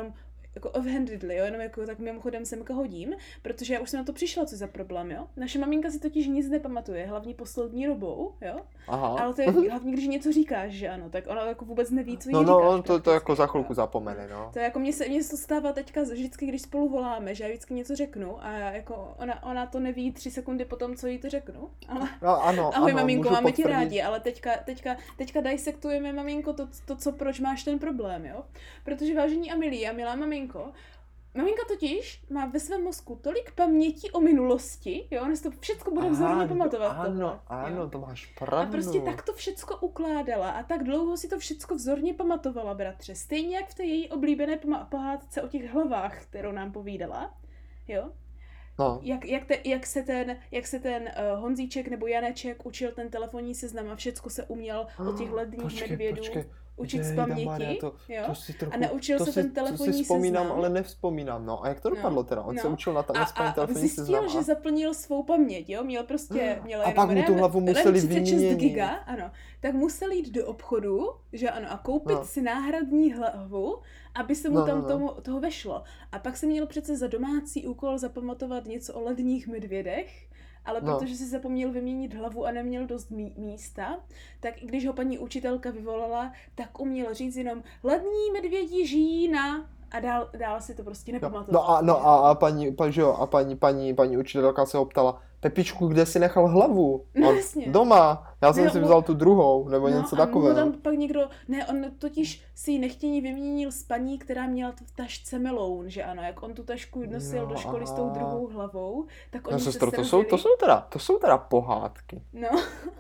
Speaker 2: jako off-handedly, jo, jenom jako tak mimochodem semka hodím, protože já už jsem na to přišla, co za problém, jo. Naše maminka si totiž nic nepamatuje, hlavně poslední dobou, jo.
Speaker 1: Aha.
Speaker 2: Ale to je hlavně, když něco říkáš, že ano, tak ona jako vůbec neví, co jí
Speaker 1: No,
Speaker 2: říkáš.
Speaker 1: no, to, to jako za
Speaker 2: jo.
Speaker 1: chvilku zapomene, no.
Speaker 2: To je jako mně se, mně se to stává teďka vždycky, když spolu voláme, že já vždycky něco řeknu a jako ona, ona to neví tři sekundy potom, co jí to řeknu. Ale...
Speaker 1: No, ano,
Speaker 2: Ahoj,
Speaker 1: ano,
Speaker 2: maminko,
Speaker 1: můžu
Speaker 2: máme ti
Speaker 1: potvrdit.
Speaker 2: rádi, ale teďka, teďka, teďka dissektujeme, maminko, to, to, co, proč máš ten problém, jo? Protože vážení Amelie a milá maminko, maminka totiž má ve svém mozku tolik paměti o minulosti, jo? Ona si to všechno bude vzorně pamatovat.
Speaker 1: Ano,
Speaker 2: tohle,
Speaker 1: ano,
Speaker 2: jo?
Speaker 1: to máš
Speaker 2: A
Speaker 1: pravdu.
Speaker 2: prostě tak to všecko ukládala a tak dlouho si to všecko vzorně pamatovala, bratře. Stejně jak v té její oblíbené pama- pohádce o těch hlavách, kterou nám povídala, jo?
Speaker 1: No.
Speaker 2: Jak, jak, te, jak se ten, jak se ten uh, Honzíček nebo Janeček učil ten telefonní seznam a všecko se uměl od těch ledních
Speaker 1: Počkej,
Speaker 2: medvědů
Speaker 1: počkej.
Speaker 2: učit z
Speaker 1: Jejda
Speaker 2: paměti,
Speaker 1: Maria, to,
Speaker 2: jo?
Speaker 1: to si trochu,
Speaker 2: A naučil
Speaker 1: to
Speaker 2: se
Speaker 1: si,
Speaker 2: ten telefonní
Speaker 1: to si vzpomínám,
Speaker 2: seznam.
Speaker 1: ale nevzpomínám, no. A jak to
Speaker 2: No,
Speaker 1: dopadlo teda? On
Speaker 2: no.
Speaker 1: se učil na,
Speaker 2: A,
Speaker 1: na spaní
Speaker 2: a
Speaker 1: telefonní
Speaker 2: zjistil,
Speaker 1: seznam.
Speaker 2: že zaplnil svou paměť, jo? Měl prostě, měl
Speaker 1: A
Speaker 2: jenom
Speaker 1: pak mu tu
Speaker 2: RAM,
Speaker 1: hlavu
Speaker 2: RAM
Speaker 1: museli
Speaker 2: třicet šest
Speaker 1: vyměnit.
Speaker 2: giga, ano. Tak musel jít do obchodu, že ano, a koupit
Speaker 1: No.
Speaker 2: si náhradní hlavu, aby se mu
Speaker 1: No,
Speaker 2: tam
Speaker 1: no, no.
Speaker 2: Tomu, toho vešlo. A pak se měl přece za domácí úkol zapamatovat něco o ledních medvědech, ale
Speaker 1: No.
Speaker 2: protože si zapomněl vyměnit hlavu a neměl dost mí- místa, tak i když ho paní učitelka vyvolala, tak uměl říct jenom lední medvědi žijí na... A dál, dál si to prostě
Speaker 1: No,
Speaker 2: nepamatoval.
Speaker 1: no a, no a, a paní, pa, že jo, a paní, paní, paní učitelka se ho ptala, Pepičku, kde jsi nechal hlavu?
Speaker 2: No
Speaker 1: On,
Speaker 2: jasně.
Speaker 1: doma, já jsem
Speaker 2: Ne,
Speaker 1: si
Speaker 2: on-
Speaker 1: vzal tu druhou, nebo
Speaker 2: No
Speaker 1: něco
Speaker 2: a mu
Speaker 1: takového.
Speaker 2: tam pak někdo, ne, on totiž si ji nechtěně vyměnil s paní, která měla v tašce meloun, že ano, jak on tu tašku nosil
Speaker 1: No,
Speaker 2: do školy s tou
Speaker 1: aha.
Speaker 2: druhou hlavou, tak oni
Speaker 1: No,
Speaker 2: se
Speaker 1: sestro, to jsou,
Speaker 2: srazili.
Speaker 1: to jsou teda, to jsou teda pohádky.
Speaker 2: No.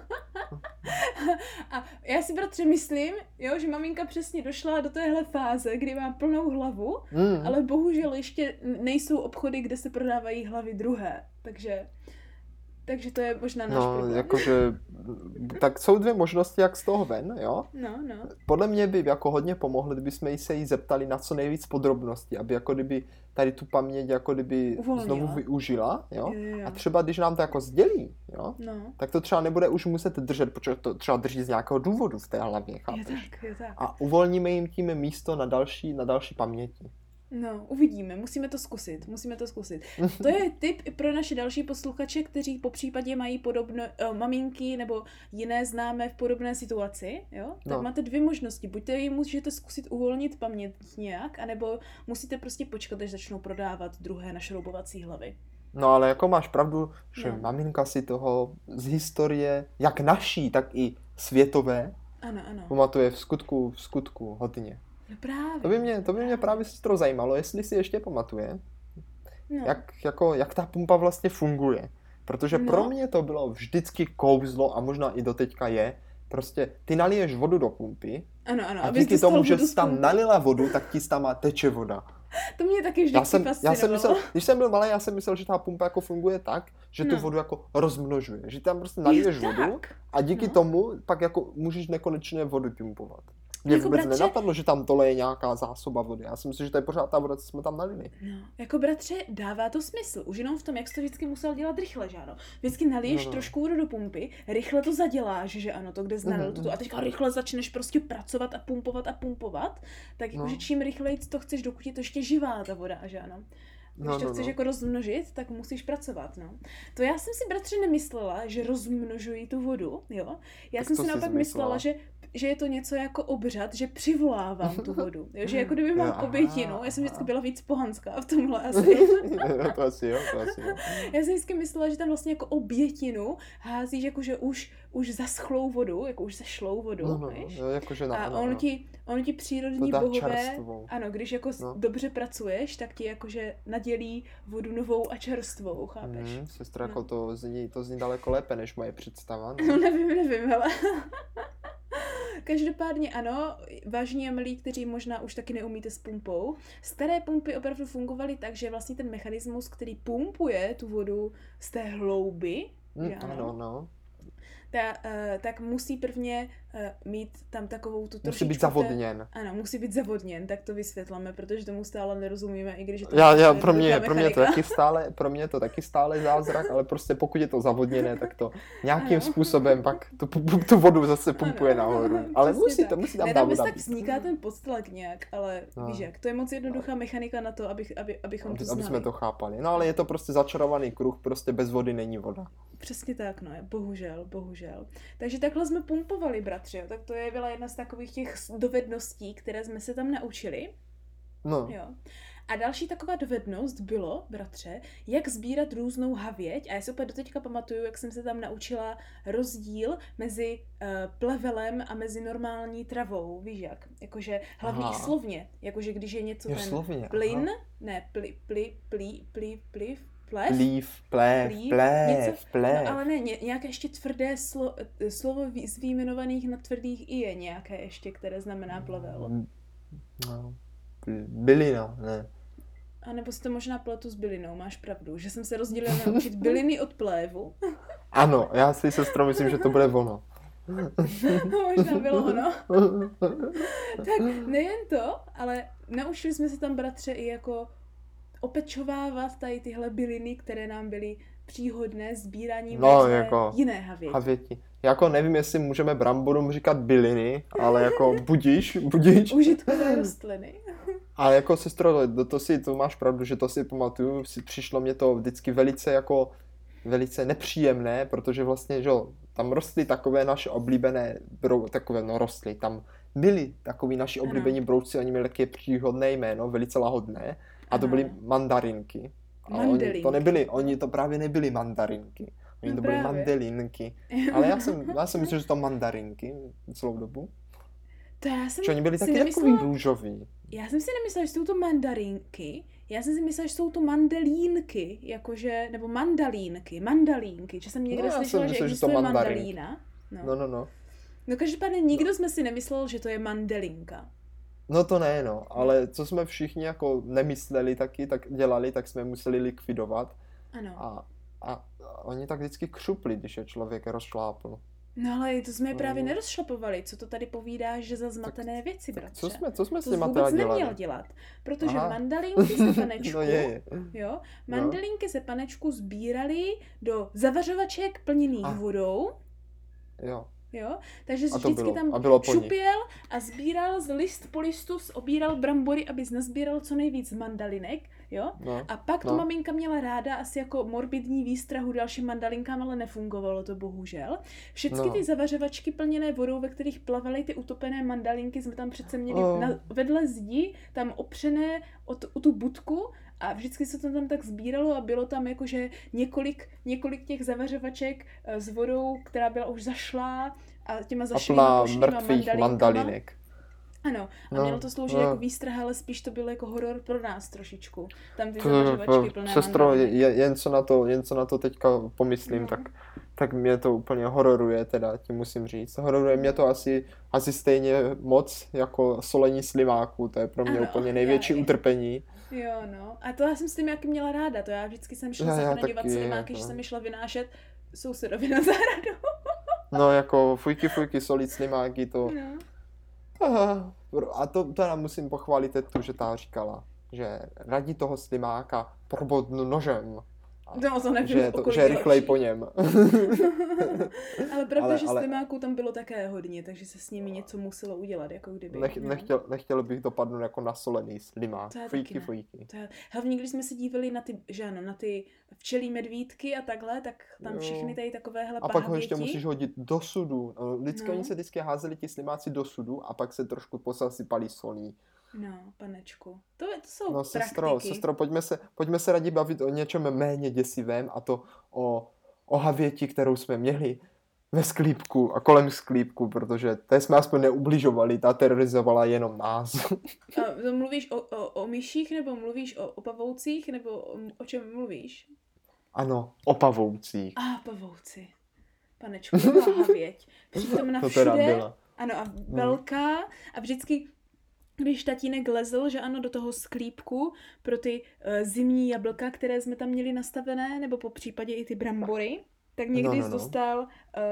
Speaker 2: A já si, bratře, myslím, jo, že maminka přesně došla do téhle fáze, kdy má plnou hlavu,
Speaker 1: Mm.
Speaker 2: ale bohužel ještě nejsou obchody, kde se prodávají hlavy druhé, takže... Takže to je možná náš
Speaker 1: No,
Speaker 2: problém.
Speaker 1: jakože, tak jsou dvě možnosti, jak z toho ven, jo.
Speaker 2: No, no.
Speaker 1: Podle mě by jako hodně pomohlo, kdybychom jí se jí zeptali na co nejvíc podrobností, aby jako kdyby tady tu paměť jako kdyby
Speaker 2: Uvolnila.
Speaker 1: znovu využila, jo.
Speaker 2: Jo, jo, jo.
Speaker 1: A třeba když nám to jako sdělí, jo,
Speaker 2: No.
Speaker 1: tak to třeba nebude už muset držet, protože to třeba drží z nějakého důvodu v té hlavě,
Speaker 2: Je
Speaker 1: chápeš?
Speaker 2: tak, je tak.
Speaker 1: A uvolníme jim tím místo na další, na další paměti.
Speaker 2: No, uvidíme, musíme to zkusit, musíme to zkusit. To je tip i pro naše další posluchače, kteří po případě mají podobno, uh, maminky nebo jiné známé v podobné situaci, jo? Tak
Speaker 1: No.
Speaker 2: máte dvě možnosti. Buďte jim můžete zkusit uvolnit paměť nějak, anebo musíte prostě počkat, až začnou prodávat druhé našroubovací hlavy.
Speaker 1: No ale jako máš pravdu, že
Speaker 2: No.
Speaker 1: maminka si toho z historie, jak naší, tak i světové,
Speaker 2: Ano, ano.
Speaker 1: pamatuje v skutku, v skutku hodně.
Speaker 2: No právě.
Speaker 1: To by mě, to by mě právě sestro zajímalo, jestli si ještě pamatuje,
Speaker 2: No.
Speaker 1: jak, jako, jak ta pumpa vlastně funguje. Protože
Speaker 2: No.
Speaker 1: pro mě to bylo vždycky kouzlo a možná i doteďka je, prostě ty naliješ vodu do pumpy
Speaker 2: Ano, ano.
Speaker 1: a
Speaker 2: abys
Speaker 1: díky
Speaker 2: dostal
Speaker 1: tomu, že
Speaker 2: vodu z
Speaker 1: jsi tam
Speaker 2: pumpy.
Speaker 1: nalila vodu, tak ti tam teče voda.
Speaker 2: To mě taky vždycky
Speaker 1: Já jsem, já jsem
Speaker 2: fascinovalo.
Speaker 1: myslel, když jsem byl malý, já jsem myslel, že ta pumpa jako funguje tak, že tu
Speaker 2: No.
Speaker 1: vodu jako rozmnožuje. Že tam prostě naliješ
Speaker 2: Je
Speaker 1: vodu
Speaker 2: tak.
Speaker 1: a díky
Speaker 2: No.
Speaker 1: tomu pak jako můžeš nekonečně vodu pumpovat. Mě
Speaker 2: Jako
Speaker 1: vůbec
Speaker 2: bratře-
Speaker 1: nenapadlo, že tam tohle je nějaká zásoba vody. Já si myslím, že to je pořád ta voda, co jsme tam nalili.
Speaker 2: No, jako bratře, dává to smysl. Už jenom v tom, jak jsi to vždycky musel dělat rychle, že ano. Vždycky naliješ
Speaker 1: No, no.
Speaker 2: trošku vodu do pumpy, rychle to zaděláš, že ano, to, kde jsi nalil
Speaker 1: Mhm,
Speaker 2: tu,
Speaker 1: mhm.
Speaker 2: a teďka rychle začneš prostě pracovat a pumpovat a pumpovat, tak
Speaker 1: No.
Speaker 2: jakože čím rychleji to chceš, dokud je to ještě živá ta voda, že ano. Když
Speaker 1: No,
Speaker 2: to
Speaker 1: no,
Speaker 2: chceš
Speaker 1: no.
Speaker 2: jako rozmnožit, tak musíš pracovat, no. To já jsem si, bratře, nemyslela, že rozmnožují tu vodu, jo. Já
Speaker 1: Tak
Speaker 2: jsem
Speaker 1: to
Speaker 2: si
Speaker 1: jsi
Speaker 2: naopak
Speaker 1: zmyslela.
Speaker 2: myslela, že, že je to něco jako obřad, že přivolávám tu vodu, jo. Že jako kdyby mám
Speaker 1: Jo,
Speaker 2: obětinu,
Speaker 1: aha,
Speaker 2: já jsem vždycky
Speaker 1: aha.
Speaker 2: byla víc pohanská v tomhle asi.
Speaker 1: Jo, to asi jo, to asi jo.
Speaker 2: Já jsem vždycky myslela, že tam vlastně jako obětinu házíš jakože už, už zaschlou vodu, jako už zašlou vodu,
Speaker 1: No, no,
Speaker 2: víš?
Speaker 1: jo, jakože na,
Speaker 2: A
Speaker 1: ano,
Speaker 2: on
Speaker 1: ano.
Speaker 2: ti, on ti přírodní
Speaker 1: To dá
Speaker 2: bohové,
Speaker 1: čerstvou.
Speaker 2: ano, když jako
Speaker 1: No.
Speaker 2: no. dobře pracuješ, tak ti jakože nadělí vodu novou a čerstvou, chápeš?
Speaker 1: Hmm, sestra,
Speaker 2: No.
Speaker 1: jako to zní, to zní daleko lépe, než moje představa.
Speaker 2: No nevím, nevím, ale... Každopádně ano, vážní Amelí, kteří možná už taky neumíte s pumpou, staré pumpy opravdu fungovaly tak, že vlastně ten mechanismus, který pumpuje tu vodu z té hlouby,
Speaker 1: Hmm,
Speaker 2: že ano,
Speaker 1: ano, no.
Speaker 2: ta, uh, tak musí prvně uh, mít tam takovou tu
Speaker 1: Musí
Speaker 2: trošičku...
Speaker 1: být zavodněn.
Speaker 2: Té, ano, musí být zavodněn, tak to vysvětlíme, protože tomu stále nerozumíme, i když je to...
Speaker 1: Já, já, pro, mě, pro, mě to taky stále, pro mě to taky stále zázrak, ale prostě pokud je to zavodněné, tak to nějakým ano. způsobem pak tu, tu vodu zase pumpuje ano, nahoru. Ale musí to, musí tam
Speaker 2: ne,
Speaker 1: ta
Speaker 2: tam
Speaker 1: voda
Speaker 2: tak vzniká ten podstlak nějak, ale no. víš jak, to je moc jednoduchá mechanika na to, abych, aby, abychom
Speaker 1: aby,
Speaker 2: to znali.
Speaker 1: Aby jsme to chápali. No ale je to prostě začarovaný kruh, prostě bez vody není voda.
Speaker 2: Přesně tak, no, bohužel, bohužel. Takže takhle jsme pumpovali, bratři, jo. Tak to je byla jedna z takových těch dovedností, které jsme se tam naučili.
Speaker 1: No.
Speaker 2: Jo. A další taková dovednost bylo, bratře, jak sbírat různou havěť. A já si opět doteďka pamatuju, jak jsem se tam naučila rozdíl mezi uh, plevelem a mezi normální travou. Víš jak? Jakože hlavně aha. i slovně. Jakože když je něco
Speaker 1: jo,
Speaker 2: ten
Speaker 1: slovně,
Speaker 2: plyn,
Speaker 1: aha.
Speaker 2: ne, pli, pli, pli, pli, pli, plev?
Speaker 1: Plív, plev,
Speaker 2: Plív,
Speaker 1: plev,
Speaker 2: něco,
Speaker 1: plev.
Speaker 2: No ale ne, ně, nějaké ještě tvrdé slo, slovo z výjmenovaných na tvrdých i je nějaké ještě, které znamená plevel.
Speaker 1: No, bylina, ne.
Speaker 2: A nebo si to možná pletu s bylinou, máš pravdu, že jsem se rozdělila naučit byliny od plévu.
Speaker 1: Ano, já si sestrou myslím, že to bude ono.
Speaker 2: Možná bylo ono. Tak nejen to, ale naučili jsme se tam, bratře, i jako opečovávat tady tyhle byliny, které nám byly příhodné sbíraním
Speaker 1: no, jako
Speaker 2: jiné havěti.
Speaker 1: havěti. Jako nevím, jestli můžeme bramborům říkat byliny, ale jako budíš, budíš.
Speaker 2: Užitkové rostliny.
Speaker 1: Ale jako sestro, to, to si, to máš pravdu, že to si pamatuju, si, přišlo mě to vždycky velice jako, velice nepříjemné, protože vlastně, že tam rostly takové naše oblíbené, brou, takové, no rostly, tam byly takový naši oblíbení brouci, oni měli také příhodné jméno, velice lahodné, a to byly mandarinky. Ale oni to nebyli, oni to právě nebyli mandarinky, oni
Speaker 2: no
Speaker 1: to byly
Speaker 2: právě.
Speaker 1: mandelinky. Ale já jsem, já jsem myslel, že to mandarinky celou dobu.
Speaker 2: To já jsem
Speaker 1: že oni byli taky
Speaker 2: nemyslela,
Speaker 1: takový růžový.
Speaker 2: Já jsem si nemyslela, že jsou to mandarinky, já jsem si myslela, že jsou to mandelínky, jakože, nebo mandalínky, mandalínky, že jsem někde
Speaker 1: no,
Speaker 2: slyšela,
Speaker 1: jsem
Speaker 2: že
Speaker 1: myslel,
Speaker 2: existuje
Speaker 1: že
Speaker 2: mandalína.
Speaker 1: No, no, no. No,
Speaker 2: no každopádně nikdo no. jsme si nemyslel, že to je mandelinka.
Speaker 1: No to ne, no, ale co jsme všichni jako nemysleli taky, tak dělali, tak jsme museli likvidovat.
Speaker 2: Ano.
Speaker 1: A, a, a oni tak vždycky křupli, když je člověk rozšlápl.
Speaker 2: No ale to jsme je právě no. nerozšlapovali, co to tady povídáš, že za zmatené tak, věci, bratře.
Speaker 1: Co jsme, co jsme
Speaker 2: to
Speaker 1: s těma teda dělali?
Speaker 2: neměl dělat, protože Aha. mandalinky se panečku,
Speaker 1: no je.
Speaker 2: jo, mandalinky no. se panečku sbíraly do zavařovaček plněných a. vodou.
Speaker 1: Jo.
Speaker 2: Jo, takže
Speaker 1: a
Speaker 2: vždycky
Speaker 1: bylo,
Speaker 2: tam
Speaker 1: a
Speaker 2: šupěl a sbíral z list po listu, obíral brambory, aby nazbíral co nejvíc mandalinek, jo.
Speaker 1: No,
Speaker 2: a pak
Speaker 1: no.
Speaker 2: to maminka měla ráda asi jako morbidní výstrahu dalším mandalinkám, ale nefungovalo to bohužel. Všechny no. ty zavařovačky plněné vodou, ve kterých plavaly ty utopené mandalinky, jsme tam přece měli oh. na, vedle zdi, tam opřené o, t, o tu budku. A vždycky se to tam tak sbíralo a bylo tam jakože několik, několik těch zavařovaček s vodou, která byla už zašlá a těma zašlýma pošnýma mandalinek. Ano, a no, mělo to sloužit no. jako výstrah, ale spíš to bylo jako horor pro nás trošičku. Tam ty zavařovačky plné
Speaker 1: Sestro,
Speaker 2: mandalinek.
Speaker 1: jen co na to, jen co na to teďka pomyslím, no. tak, tak mě to úplně hororuje, teda ti musím říct. Hororuje mě to asi, asi stejně moc jako solení slimáků, to je pro mě ano, úplně největší já, utrpení.
Speaker 2: Jo, no. A to já jsem s tím jaký měla ráda, to já vždycky jsem šla zachraňovat slimáky, že jsem šla vynášet sousedovi na zahradu.
Speaker 1: No jako fujky, fujky, solit slimáky, to... No. Aha. A to teda musím pochválit tetu, že ta říkala, že radí toho slimáka probodnu nožem.
Speaker 2: No, to
Speaker 1: že, je to, že je rychlej po něm.
Speaker 2: Ale pravda, ale, že ale... slimáků tam bylo také hodně, takže se s nimi něco muselo udělat, jako kdyby.
Speaker 1: Nech, nechtěl, nechtěl bych dopadnout jako nasolený slimák. Fujky, fujky.
Speaker 2: Je... Hlavně, když jsme se dívali na ty, že ano, na ty včelí medvídky a takhle, tak tam jo. všechny tady takovéhle
Speaker 1: A pak ho ještě musíš hodit do sudu. Vždycky no. oni se vždycky házeli ti slimáci do sudu a pak se trošku posasypali solí.
Speaker 2: No, panečku. To, to jsou
Speaker 1: no,
Speaker 2: praktiky.
Speaker 1: Sestro, sestro, pojďme se, pojďme se raději bavit o něčem méně děsivém, a to o, o havěti, kterou jsme měli ve sklípku a kolem sklípku, protože té jsme aspoň neubližovali, ta terorizovala jenom nás.
Speaker 2: A to mluvíš o, o, o myších, nebo mluvíš o, o pavoucích, nebo o, o čem mluvíš?
Speaker 1: Ano, o pavoucích.
Speaker 2: A ah, pavouci. Panečku, to byla havěť. Přítomna všude. Ano, a velká. A vždycky když tatínek lezl, že ano, do toho sklípku pro ty uh, zimní jablka, které jsme tam měli nastavené, nebo po případě i ty brambory, tak někdy no, no, no. dostal uh,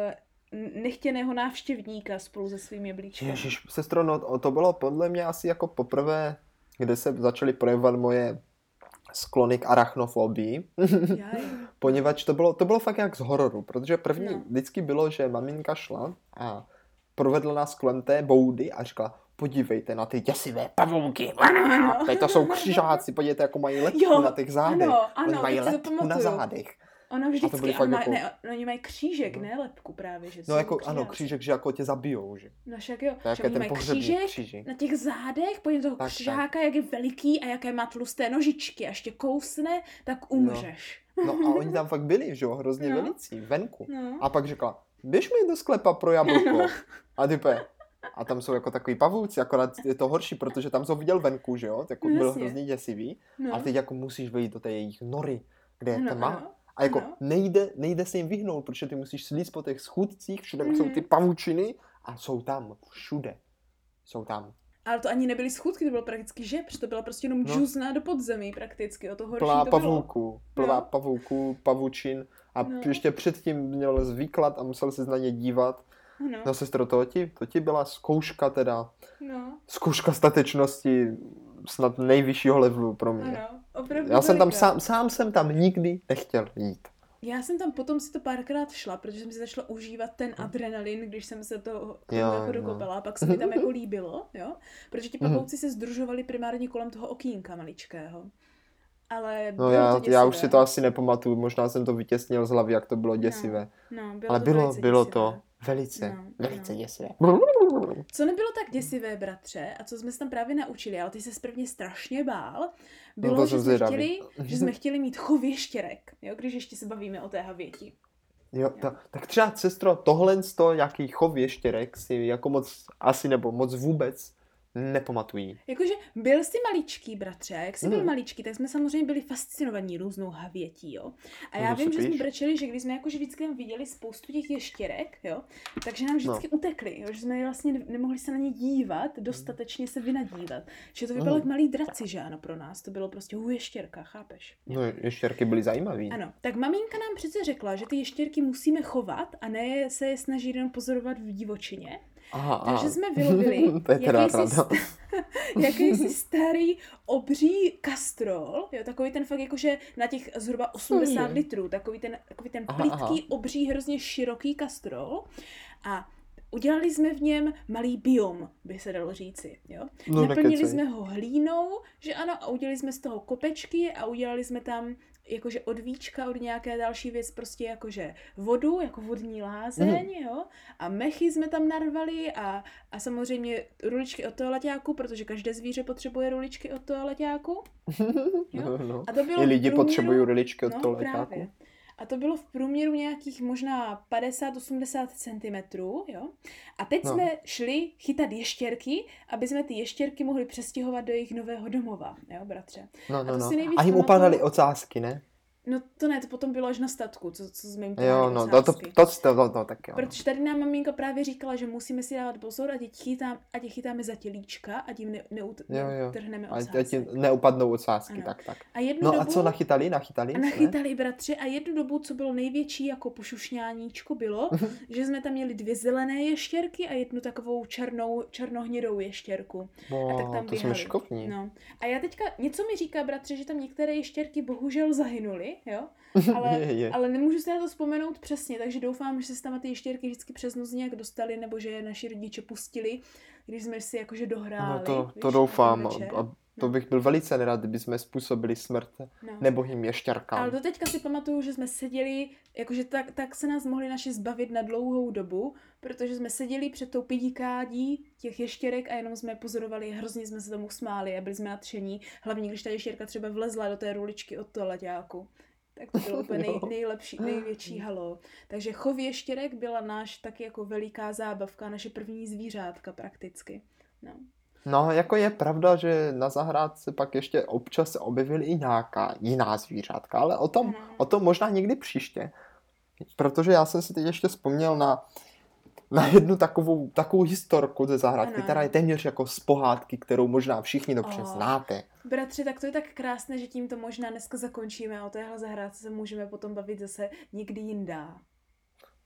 Speaker 2: nechtěného návštěvníka spolu se svými jablíčkami.
Speaker 1: Ježiš, sestro, no to bylo podle mě asi jako poprvé, kde se začaly projevovat moje sklony k arachnofobii, poněvadž to bylo, to bylo fakt jak z hororu, protože první no. vždycky bylo, že maminka šla a provedla nás kolem té boudy a řekla, podívejte na ty děsivé pavouky, ano. Teď to jsou křižáci, podívejte, jako mají lepku jo, na těch zádech,
Speaker 2: ano, ano,
Speaker 1: oni mají lepku na zádech.
Speaker 2: Ono vždycky, ale má, jako... ne, oni mají křížek, no. ne lepku právě, že
Speaker 1: no jako, ano, křížek, že jako tě zabijou, že?
Speaker 2: No však jo,
Speaker 1: že
Speaker 2: oni mají křížek, křížek na těch zádech, podívej toho tak, křižáka, tak. jak je veliký a jaké má tlusté nožičky a ještě kousne, tak umřeš.
Speaker 1: No, no a oni tam fakt byli, že jo, hrozně no. velicí, venku.
Speaker 2: No.
Speaker 1: A pak řekla, běž mi do sklepa pro jablko. No. A ty pe, a tam jsou jako takový pavouci, akorát je to horší, protože tam jsem viděl venku, že jo, jako byl hrozně děsivý. No. A teď jako musíš vejít do té jejich nory, kde je no, tma. No. A jako no. nejde, nejde se jim vyhnout, protože ty musíš slízt po těch schůdcích, všude mm-hmm. jsou ty pavučiny a jsou tam, všude. Jsou tam.
Speaker 2: Ale to ani nebyly schůdky, to bylo prakticky žebř, to byla prostě jenom no. džuzna do podzemí prakticky, o to horší
Speaker 1: plná
Speaker 2: to
Speaker 1: pavouku, plná no. pavouku, pavučin a no. ještě předtím měl výklad a musel se na ně dívat. No, no sestro, to ti, to ti byla zkouška teda, no. zkouška statečnosti snad nejvyššího levelu pro mě.
Speaker 2: Ano, opravdu.
Speaker 1: Já jsem tam sám, sám jsem tam nikdy nechtěl jít.
Speaker 2: Já jsem tam potom si to párkrát šla, protože jsem si začala užívat ten adrenalin, když jsem se to
Speaker 1: jo,
Speaker 2: jako dokopala, pak se mi tam jako líbilo, jo, protože ti pavouci se združovali primárně kolem toho okýnka maličkého. Ale
Speaker 1: no já, já už si to asi nepamatuju, možná jsem to vytěsnil z hlavy, jak to bylo děsivé.
Speaker 2: No, no, bylo
Speaker 1: ale
Speaker 2: to
Speaker 1: bylo, bylo
Speaker 2: děsivé.
Speaker 1: to velice,
Speaker 2: no,
Speaker 1: velice
Speaker 2: no.
Speaker 1: děsivé.
Speaker 2: Co nebylo tak děsivé, bratře, a co jsme se tam právě naučili, ale ty se prvně strašně bál, bylo, no že, jsme chtěli, že jsme chtěli mít chov ještěrek, jo, když ještě se bavíme o té havěti.
Speaker 1: Jo, jo. Ta, tak třeba, sestro, tohle z toho, jaký chov ještěrek si jako moc, asi nebo moc vůbec nepamatují.
Speaker 2: Jakože byl jsi maličký, bratře, a jak jsi mm. byl maličký, tak jsme samozřejmě byli fascinovaní různou havětí, jo. A já no, vím, že jsme brečeli, že když jsme jakože vždycky viděli spoustu těch ještěrek, jo, takže nám vždycky no. utekli, jo, že jsme vlastně nemohli se na ně dívat, dostatečně se vynadívat. Že to vypadalo mm. jak malý draci, že ano, pro nás. To bylo prostě u ještěrka, chápeš?
Speaker 1: No, ještěrky byly zajímavý.
Speaker 2: Ano, tak maminka nám přece řekla, že ty ještěrky musíme chovat a ne se je snažit jenom pozorovat v divočině.
Speaker 1: Aha,
Speaker 2: takže
Speaker 1: aha.
Speaker 2: jsme vylovili jakýsi, st- jakýsi starý obří kastrol, jo, takový ten fakt jakože na těch zhruba osmdesát litrů, takový ten, takový ten
Speaker 1: aha,
Speaker 2: plitký,
Speaker 1: aha.
Speaker 2: obří, hrozně široký kastrol a udělali jsme v něm malý biom, by se dalo říci, jo.
Speaker 1: No,
Speaker 2: naplnili
Speaker 1: nekecej.
Speaker 2: jsme ho hlínou, že ano, a udělali jsme z toho kopečky a udělali jsme tam jakože od víčka, od nějaké další věc, prostě jakože vodu, jako vodní lázeň, mm. jo, a mechy jsme tam narvali a, a samozřejmě ruličky od toaleťáku, protože každé zvíře potřebuje ruličky od toaleťáku.
Speaker 1: Jo? No.
Speaker 2: A to bylo
Speaker 1: i lidi
Speaker 2: průměru,
Speaker 1: potřebují ruličky od
Speaker 2: no,
Speaker 1: toaleťáku.
Speaker 2: Právě. A to bylo v průměru nějakých možná padesát až osmdesát centimetrů, jo. A teď no. jsme šli chytat ještěrky, aby jsme ty ještěrky mohli přestěhovat do jejich nového domova, jo, bratře.
Speaker 1: No, no,
Speaker 2: a, to
Speaker 1: no.
Speaker 2: si nejvíc
Speaker 1: a jim
Speaker 2: pamatuju...
Speaker 1: upadaly ocásky, ne?
Speaker 2: No to ne, to potom bylo až na statku, co, co jsme jim
Speaker 1: jo, no, to, to, to, to, to, to, tak jo.
Speaker 2: Protože tady nám maminka právě říkala, že musíme si dávat pozor, ať je chytám, ať je chytáme za tělíčka, ať jim ne, neut, neutrhneme ocásky.
Speaker 1: Ať jim neupadnou ocásky, ano. tak, tak.
Speaker 2: A jednu
Speaker 1: no
Speaker 2: dobu,
Speaker 1: a co nachytali? Nachytali,
Speaker 2: a nachytali, bratři, a jednu dobu, co bylo největší jako pošušňáníčko, bylo, že jsme tam měli dvě zelené ještěrky a jednu takovou černou, černohnědou ještěrku.
Speaker 1: Bo,
Speaker 2: a tak tam
Speaker 1: to jsme šikovní.
Speaker 2: No. A já teďka, něco mi říká, bratře, že tam některé ještěrky bohužel zahynuly, jo? Ale, je, je. ale nemůžu si na to vzpomenout přesně, takže doufám, že se tam ty ještěrky vždycky přes noc nějak dostali, nebo že je naši rodiče pustili, když jsme si jakože dohráli.
Speaker 1: No to,
Speaker 2: víš,
Speaker 1: to doufám a to
Speaker 2: no.
Speaker 1: bych byl velice nerad, kdyby jsme způsobili smrt no. nebohým ještěrkám.
Speaker 2: Ale do teďka si pamatuju, že jsme seděli, jakože tak, tak se nás mohli naši zbavit na dlouhou dobu, protože jsme seděli před tou pidikádí těch ještěrek a jenom jsme pozorovali, hrozně jsme se tomu smáli a byli jsme nadšení, hlavně když ta ještěrka třeba vlezla do té ruličky od toaleťáku. Tak to bylo úplně nej, nejlepší, největší halo. Takže chov ještěrek byla náš taky jako veliká zábavka, naše první zvířátka prakticky. No.
Speaker 1: No, jako je pravda, že na zahrádce pak ještě občas se objevily i nějaká jiná zvířátka, ale o tom, hmm. o tom možná někdy příště. Protože já jsem si teď ještě vzpomněl na, na jednu takovou, takovou historku ze zahrádky, ano. která je téměř jako z pohádky, kterou možná všichni dobře oh. znáte.
Speaker 2: Bratři, tak to je tak krásné, že tímto možná dneska zakončíme a o téhle zahrádce se můžeme potom bavit zase někdy jindá.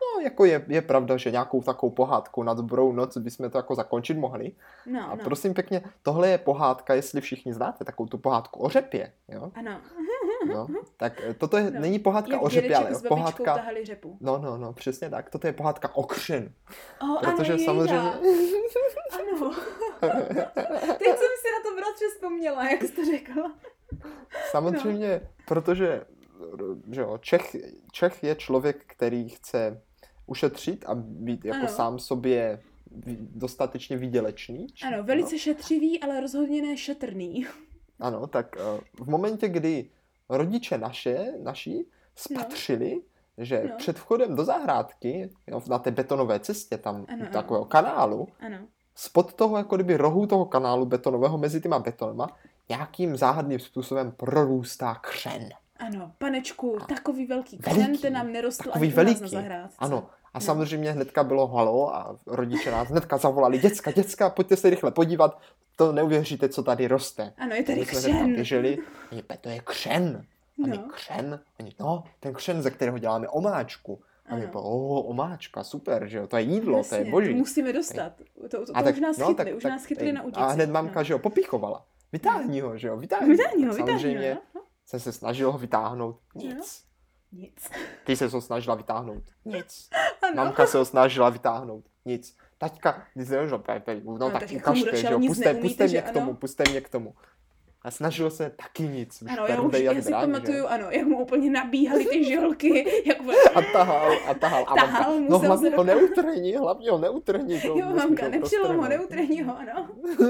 Speaker 1: No, jako je, je pravda, že nějakou takovou pohádku na dobrou noc bychom to jako zakončit mohli.
Speaker 2: No,
Speaker 1: A
Speaker 2: no.
Speaker 1: prosím pěkně, tohle je pohádka, jestli všichni znáte, takovou tu pohádku o řepě, jo?
Speaker 2: Ano.
Speaker 1: No, tak toto je,
Speaker 2: No.
Speaker 1: není pohádka
Speaker 2: Jak
Speaker 1: o řepě,
Speaker 2: dědeček
Speaker 1: ale
Speaker 2: s babičkou
Speaker 1: pohádka...
Speaker 2: tahali řepu.
Speaker 1: No, no, no, přesně tak, toto je pohádka o křen.
Speaker 2: Oh,
Speaker 1: Protože
Speaker 2: ano,
Speaker 1: samozřejmě...
Speaker 2: Ano. Teď jsem si na to bratře vzpomněla, jak jsi to řekla.
Speaker 1: Samozřejmě, no. protože že jo, Čech, Čech je člověk, který chce ušetřit a být jako
Speaker 2: ano.
Speaker 1: sám sobě dostatečně výdělečný.
Speaker 2: Ano, velice no. šetrivý, ale rozhodně ne šetrný.
Speaker 1: Ano, tak v momentě, kdy rodiče naše, naši spatřili, no. že no. před vchodem do zahrádky, jo, na té betonové cestě, tam ano, takového ano. kanálu,
Speaker 2: ano.
Speaker 1: spod toho, jako kdyby rohu toho kanálu betonového mezi těma betonama, nějakým záhadným způsobem prorůstá křen.
Speaker 2: Ano, panečku, a takový velký křen, ten nám nerostl
Speaker 1: takový
Speaker 2: ani
Speaker 1: veliký.
Speaker 2: Na zahrádce.
Speaker 1: Ano, a
Speaker 2: no.
Speaker 1: samozřejmě hnedka bylo halo a rodiče nás hnedka zavolali, děcka, děcka, pojďte se rychle podívat, to neuvěříte, co tady roste.
Speaker 2: Ano, je tady
Speaker 1: my
Speaker 2: křen.
Speaker 1: Jsme běželi, oni, to je křen. A my
Speaker 2: no.
Speaker 1: křen, oni, no, ten křen, ze kterého děláme omáčku. A my po, oh, omáčka, super, že jo, to je jídlo,
Speaker 2: Jasně,
Speaker 1: to je boží.
Speaker 2: To musíme dostat, to, to, to, to
Speaker 1: tak,
Speaker 2: už nás
Speaker 1: no,
Speaker 2: chytli,
Speaker 1: tak,
Speaker 2: už
Speaker 1: tak,
Speaker 2: nás chytli
Speaker 1: tak,
Speaker 2: na udici.
Speaker 1: A hned mamka,
Speaker 2: no.
Speaker 1: že jo, popíchovala. Vytáhni ho, že jo, vytáhni,
Speaker 2: vytáhni ho. Vytáhni
Speaker 1: samozřejmě
Speaker 2: ho, no.
Speaker 1: jsem se snažil ho vytáhnout. Nic.
Speaker 2: No. Nic.
Speaker 1: Ty se ho snažila vytáhnout. Nic.
Speaker 2: Ano.
Speaker 1: Mamka se ho snažila vytáhnout. Nic. Taťka, ty se no, no, no tak ukažte, že jo, puste, puste mě k tomu, puste mě k tomu. A snažil se taky nic.
Speaker 2: Ano, já už já si drám, pamatuju, že? Ano, jak mu úplně nabíhaly ty žilky. Jak...
Speaker 1: A tahal, a tahal. A
Speaker 2: tahal
Speaker 1: mamka, no hlavně ho neutrhni, hlavně ho neutrhni.
Speaker 2: Jo, jo mamka, nepřilo ho, neutrhni ho, ano.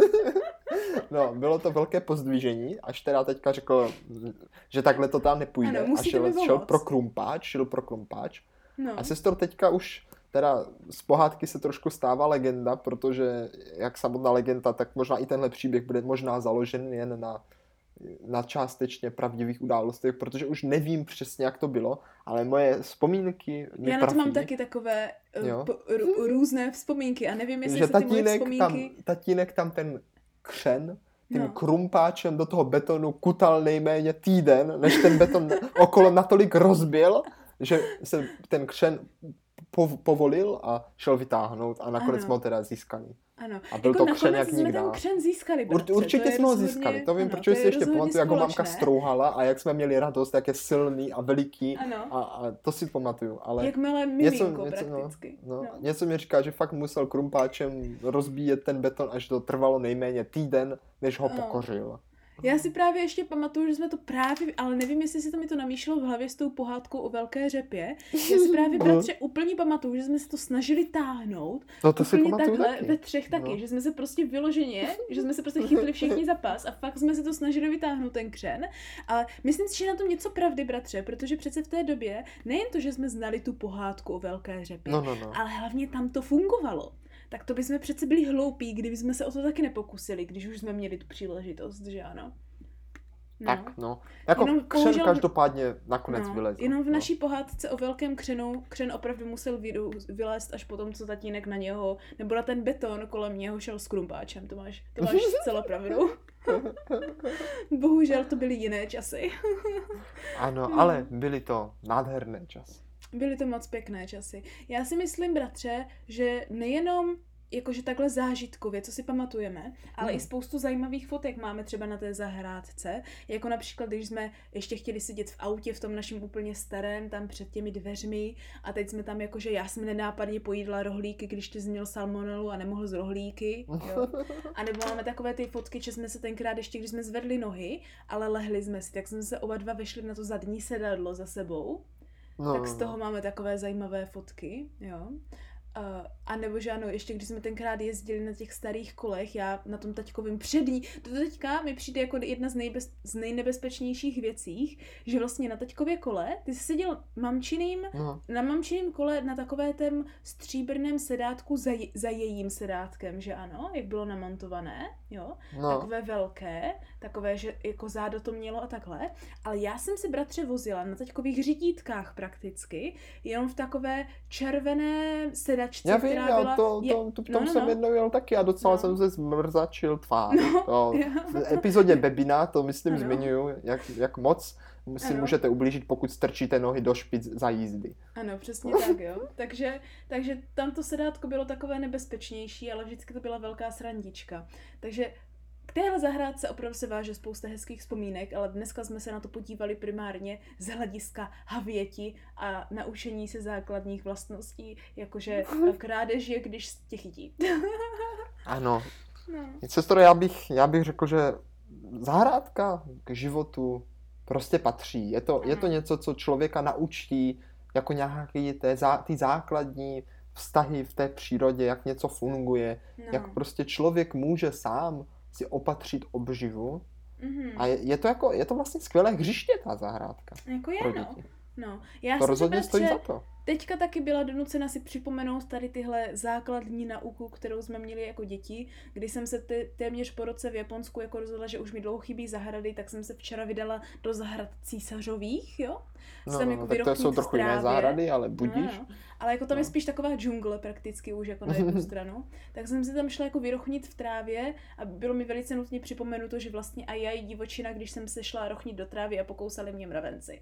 Speaker 1: No, bylo to velké pozdvížení, až teda teďka řekl, že takhle to tam nepůjde.
Speaker 2: Ano,
Speaker 1: a šel, šel pro krumpáč, šel pro krumpáč.
Speaker 2: No.
Speaker 1: A sestro teďka už teda z pohádky se trošku stává legenda, protože jak samotná legenda, tak možná i tenhle příběh bude možná založen jen na, na částečně pravdivých událostech, protože už nevím přesně, jak to bylo, ale moje vzpomínky mě
Speaker 2: Já na to
Speaker 1: trafí.
Speaker 2: mám taky takové p- r- různé vzpomínky a nevím, jestli že se ty moje vzpomínky...
Speaker 1: Tam, tatínek tam ten křen tím
Speaker 2: no.
Speaker 1: krumpáčem do toho betonu kutal nejméně týden, než ten beton okolo natolik rozbil, že se ten křen povolil a šel vytáhnout a nakonec jsme ho teda získali.
Speaker 2: Ano.
Speaker 1: A byl
Speaker 2: jako
Speaker 1: to křen jak
Speaker 2: jsme
Speaker 1: nikdy.
Speaker 2: ten křen získali, bratře.
Speaker 1: Určitě jsme ho
Speaker 2: rozhodně...
Speaker 1: získali, to vím,
Speaker 2: ano,
Speaker 1: protože
Speaker 2: to
Speaker 1: si ještě pamatuju, jak ho mamka
Speaker 2: společné.
Speaker 1: strouhala a jak jsme měli radost, jak je silný a veliký.
Speaker 2: Ano.
Speaker 1: A, a to si pamatuju. Ale
Speaker 2: jakmile
Speaker 1: něco,
Speaker 2: miminko
Speaker 1: něco,
Speaker 2: prakticky.
Speaker 1: No, no,
Speaker 2: no.
Speaker 1: něco mi říká, že fakt musel krumpáčem rozbíjet ten beton, až to trvalo nejméně týden, než ho
Speaker 2: no.
Speaker 1: pokořil.
Speaker 2: Já si právě ještě pamatuju, že jsme to právě, ale nevím, jestli si to mi to namíšilo v hlavě s tou pohádkou o velké řepě. Já si právě, bratře, úplně pamatuju, že jsme se to snažili táhnout.
Speaker 1: No to si
Speaker 2: úplně
Speaker 1: pamatuju
Speaker 2: takhle,
Speaker 1: taky.
Speaker 2: ve třech taky,
Speaker 1: no.
Speaker 2: že jsme se prostě vyloženě, že jsme se prostě chytli všichni za pas a fakt jsme se to snažili vytáhnout ten křen. Ale myslím si, že na tom něco pravdy, bratře, protože přece v té době nejen to, že jsme znali tu pohádku o velké řepě,
Speaker 1: no, no, no.
Speaker 2: ale hlavně tam to fungovalo. Tak to bychom přece byli hloupí, kdyby jsme se o to taky nepokusili, když už jsme měli tu příležitost, že ano.
Speaker 1: No. Tak, no. Jako jenom křen bohužel, každopádně nakonec
Speaker 2: no,
Speaker 1: vylezl.
Speaker 2: Jenom v
Speaker 1: no.
Speaker 2: naší pohádce o velkém křenu, křen opravdu musel vylézt až potom, co tatínek na něho, nebo na ten beton kolem něho šel s krumpáčem. To máš, to máš zcela pravdu. Bohužel to byly jiné časy.
Speaker 1: Ano, no. Ale byly to nádherné časy.
Speaker 2: Byly to moc pěkné časy. Já si myslím, bratře, že nejenom jakože takhle zážitkově, co si pamatujeme, ale hmm. i spoustu zajímavých fotek máme třeba na té zahrádce, jako například, když jsme ještě chtěli sedět v autě v tom našem úplně starém, tam před těmi dveřmi a teď jsme tam jakože, já jsem nenápadně pojídla rohlíky, když ty jsi měl salmonelu a nemohl z rohlíky, jo. A nebo máme takové ty fotky, že jsme se tenkrát ještě, když jsme zvedli nohy, ale lehli jsme si, tak jsme se oba dva vešli na to zadní sedadlo za sebou, no. Tak z toho máme takové zajímavé fotky, jo. Uh, a nebo že ano, ještě když jsme tenkrát jezdili na těch starých kolech, já na tom taťkovým přední, to teďka mi přijde jako jedna z, nejbez, z nejnebezpečnějších věcí, že vlastně na taťkově kole, ty jsi seděl mamčiným, no. na mamčiným kole na takové tém stříbrném sedátku za, za jejím sedátkem, že ano, jak bylo namontované, jo, no. Takové velké, takové, že jako zádo to mělo a takhle, ale já jsem si, bratře, vozila na taťkových řidítkách prakticky, jenom v takové červené sedátku sedačce,
Speaker 1: Já vím,
Speaker 2: která
Speaker 1: já
Speaker 2: byla...
Speaker 1: to,
Speaker 2: je-
Speaker 1: to, to, v
Speaker 2: no,
Speaker 1: tom
Speaker 2: no,
Speaker 1: jsem
Speaker 2: no.
Speaker 1: jednou jel taky a docela
Speaker 2: No.
Speaker 1: jsem se zmrzačil tvář.
Speaker 2: No,
Speaker 1: To,
Speaker 2: jo.
Speaker 1: v epizodě Bebina to myslím
Speaker 2: Ano.
Speaker 1: zmiňuju, jak, jak moc si
Speaker 2: Ano.
Speaker 1: můžete ublížit, pokud strčíte nohy do špic za jízdy.
Speaker 2: Ano, přesně tak, jo. Takže, takže tam to sedátko bylo takové nebezpečnější, ale vždycky to byla velká srandička. Takže k téhle zahrádce opravdu se váže spousta hezkých vzpomínek, ale dneska jsme se na to podívali primárně z hlediska havěti a naučení se základních vlastností, jakože krádež je, když tě chytí.
Speaker 1: Ano.
Speaker 2: No.
Speaker 1: Sestro, já bych, já bych řekl, že zahrádka k životu prostě patří. Je to, je to
Speaker 2: Ano.
Speaker 1: něco, co člověka naučí jako nějaký té zá, ty základní vztahy v té přírodě, jak něco funguje,
Speaker 2: No.
Speaker 1: jak prostě člověk může sám si opatřit obživu.
Speaker 2: Mhm.
Speaker 1: A je, je to jako, je to vlastně skvělé hřiště, ta zahrádka
Speaker 2: Jako je,
Speaker 1: pro
Speaker 2: no.
Speaker 1: děti.
Speaker 2: No. Já
Speaker 1: To
Speaker 2: jsem
Speaker 1: rozhodně
Speaker 2: bratře,
Speaker 1: stojí za to.
Speaker 2: teďka taky byla donucena si připomenout tady tyhle základní nauku, kterou jsme měli jako děti, kdy jsem se te- téměř po roce v Japonsku jako rozhodla, že už mi dlouho chybí zahrady, tak jsem se včera vydala do zahrad císařových, jo?
Speaker 1: No,
Speaker 2: Jsem
Speaker 1: no,
Speaker 2: jako
Speaker 1: tak to
Speaker 2: vyrochnit
Speaker 1: jsou
Speaker 2: v
Speaker 1: trochu jiné
Speaker 2: trávě.
Speaker 1: zahrady, ale
Speaker 2: No,
Speaker 1: budíš.
Speaker 2: no. Ale jako tam je
Speaker 1: No.
Speaker 2: spíš taková džungle prakticky už jako na jednu stranu. Tak jsem si tam šla jako vyrochnit v trávě a bylo mi velice nutně připomenuto, že vlastně a já i divočina, když jsem se šla rochnit do trávy a pokousali mě mravenci.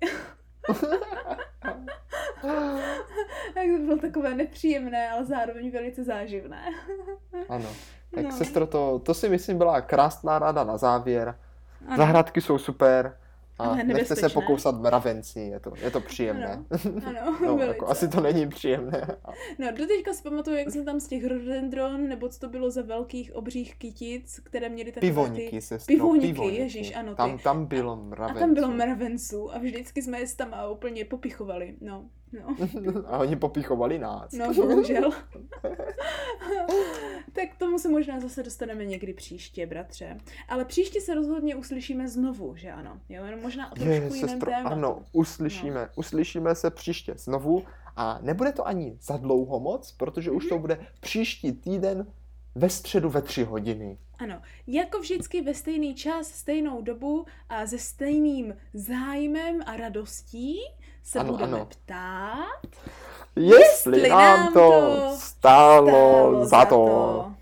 Speaker 2: Tak to bylo takové nepříjemné, ale zároveň velice záživné.
Speaker 1: Ano. Tak
Speaker 2: No.
Speaker 1: sestro, to, to si myslím byla krásná rada na závěr.
Speaker 2: Ano.
Speaker 1: Zahrádky jsou super a
Speaker 2: Ale
Speaker 1: nechte se
Speaker 2: nebezpečné.
Speaker 1: pokousat mravenci, je to, je to příjemné.
Speaker 2: Ano, ano,
Speaker 1: No,
Speaker 2: velice.
Speaker 1: jako, asi to není příjemné.
Speaker 2: No, doteďka si pamatuju, jak jsem tam z těch rhododendron, nebo co to bylo za velkých obřích kytic, které měly takové
Speaker 1: Pivoníky,
Speaker 2: ty...
Speaker 1: sestro,
Speaker 2: Pivoníky,
Speaker 1: pivoníky.
Speaker 2: ježiš, ano, ty.
Speaker 1: Tam, tam bylo
Speaker 2: A
Speaker 1: mravenců.
Speaker 2: tam bylo mravenců a vždycky jsme je tam a úplně popichovali, no. No,
Speaker 1: A oni popichovali nás.
Speaker 2: no bohužel. Tak tomu se možná zase dostaneme někdy příště, bratře. Ale příště se rozhodně uslyšíme znovu, že ano? Jo, jenom možná o trošku
Speaker 1: Je,
Speaker 2: jiném
Speaker 1: sestro,
Speaker 2: tématu.
Speaker 1: ano, uslyšíme, no. uslyšíme se příště znovu a nebude to ani za dlouho moc, protože už to bude příští týden ve středu ve tři hodiny.
Speaker 2: Ano, jako vždycky ve stejný čas, stejnou dobu a se stejným zájmem a radostí se
Speaker 1: Ano,
Speaker 2: budeme
Speaker 1: ano.
Speaker 2: ptát,
Speaker 1: Jestli
Speaker 2: Jestli
Speaker 1: nám
Speaker 2: nám
Speaker 1: to
Speaker 2: to
Speaker 1: stálo
Speaker 2: stálo
Speaker 1: za
Speaker 2: za
Speaker 1: to.
Speaker 2: to.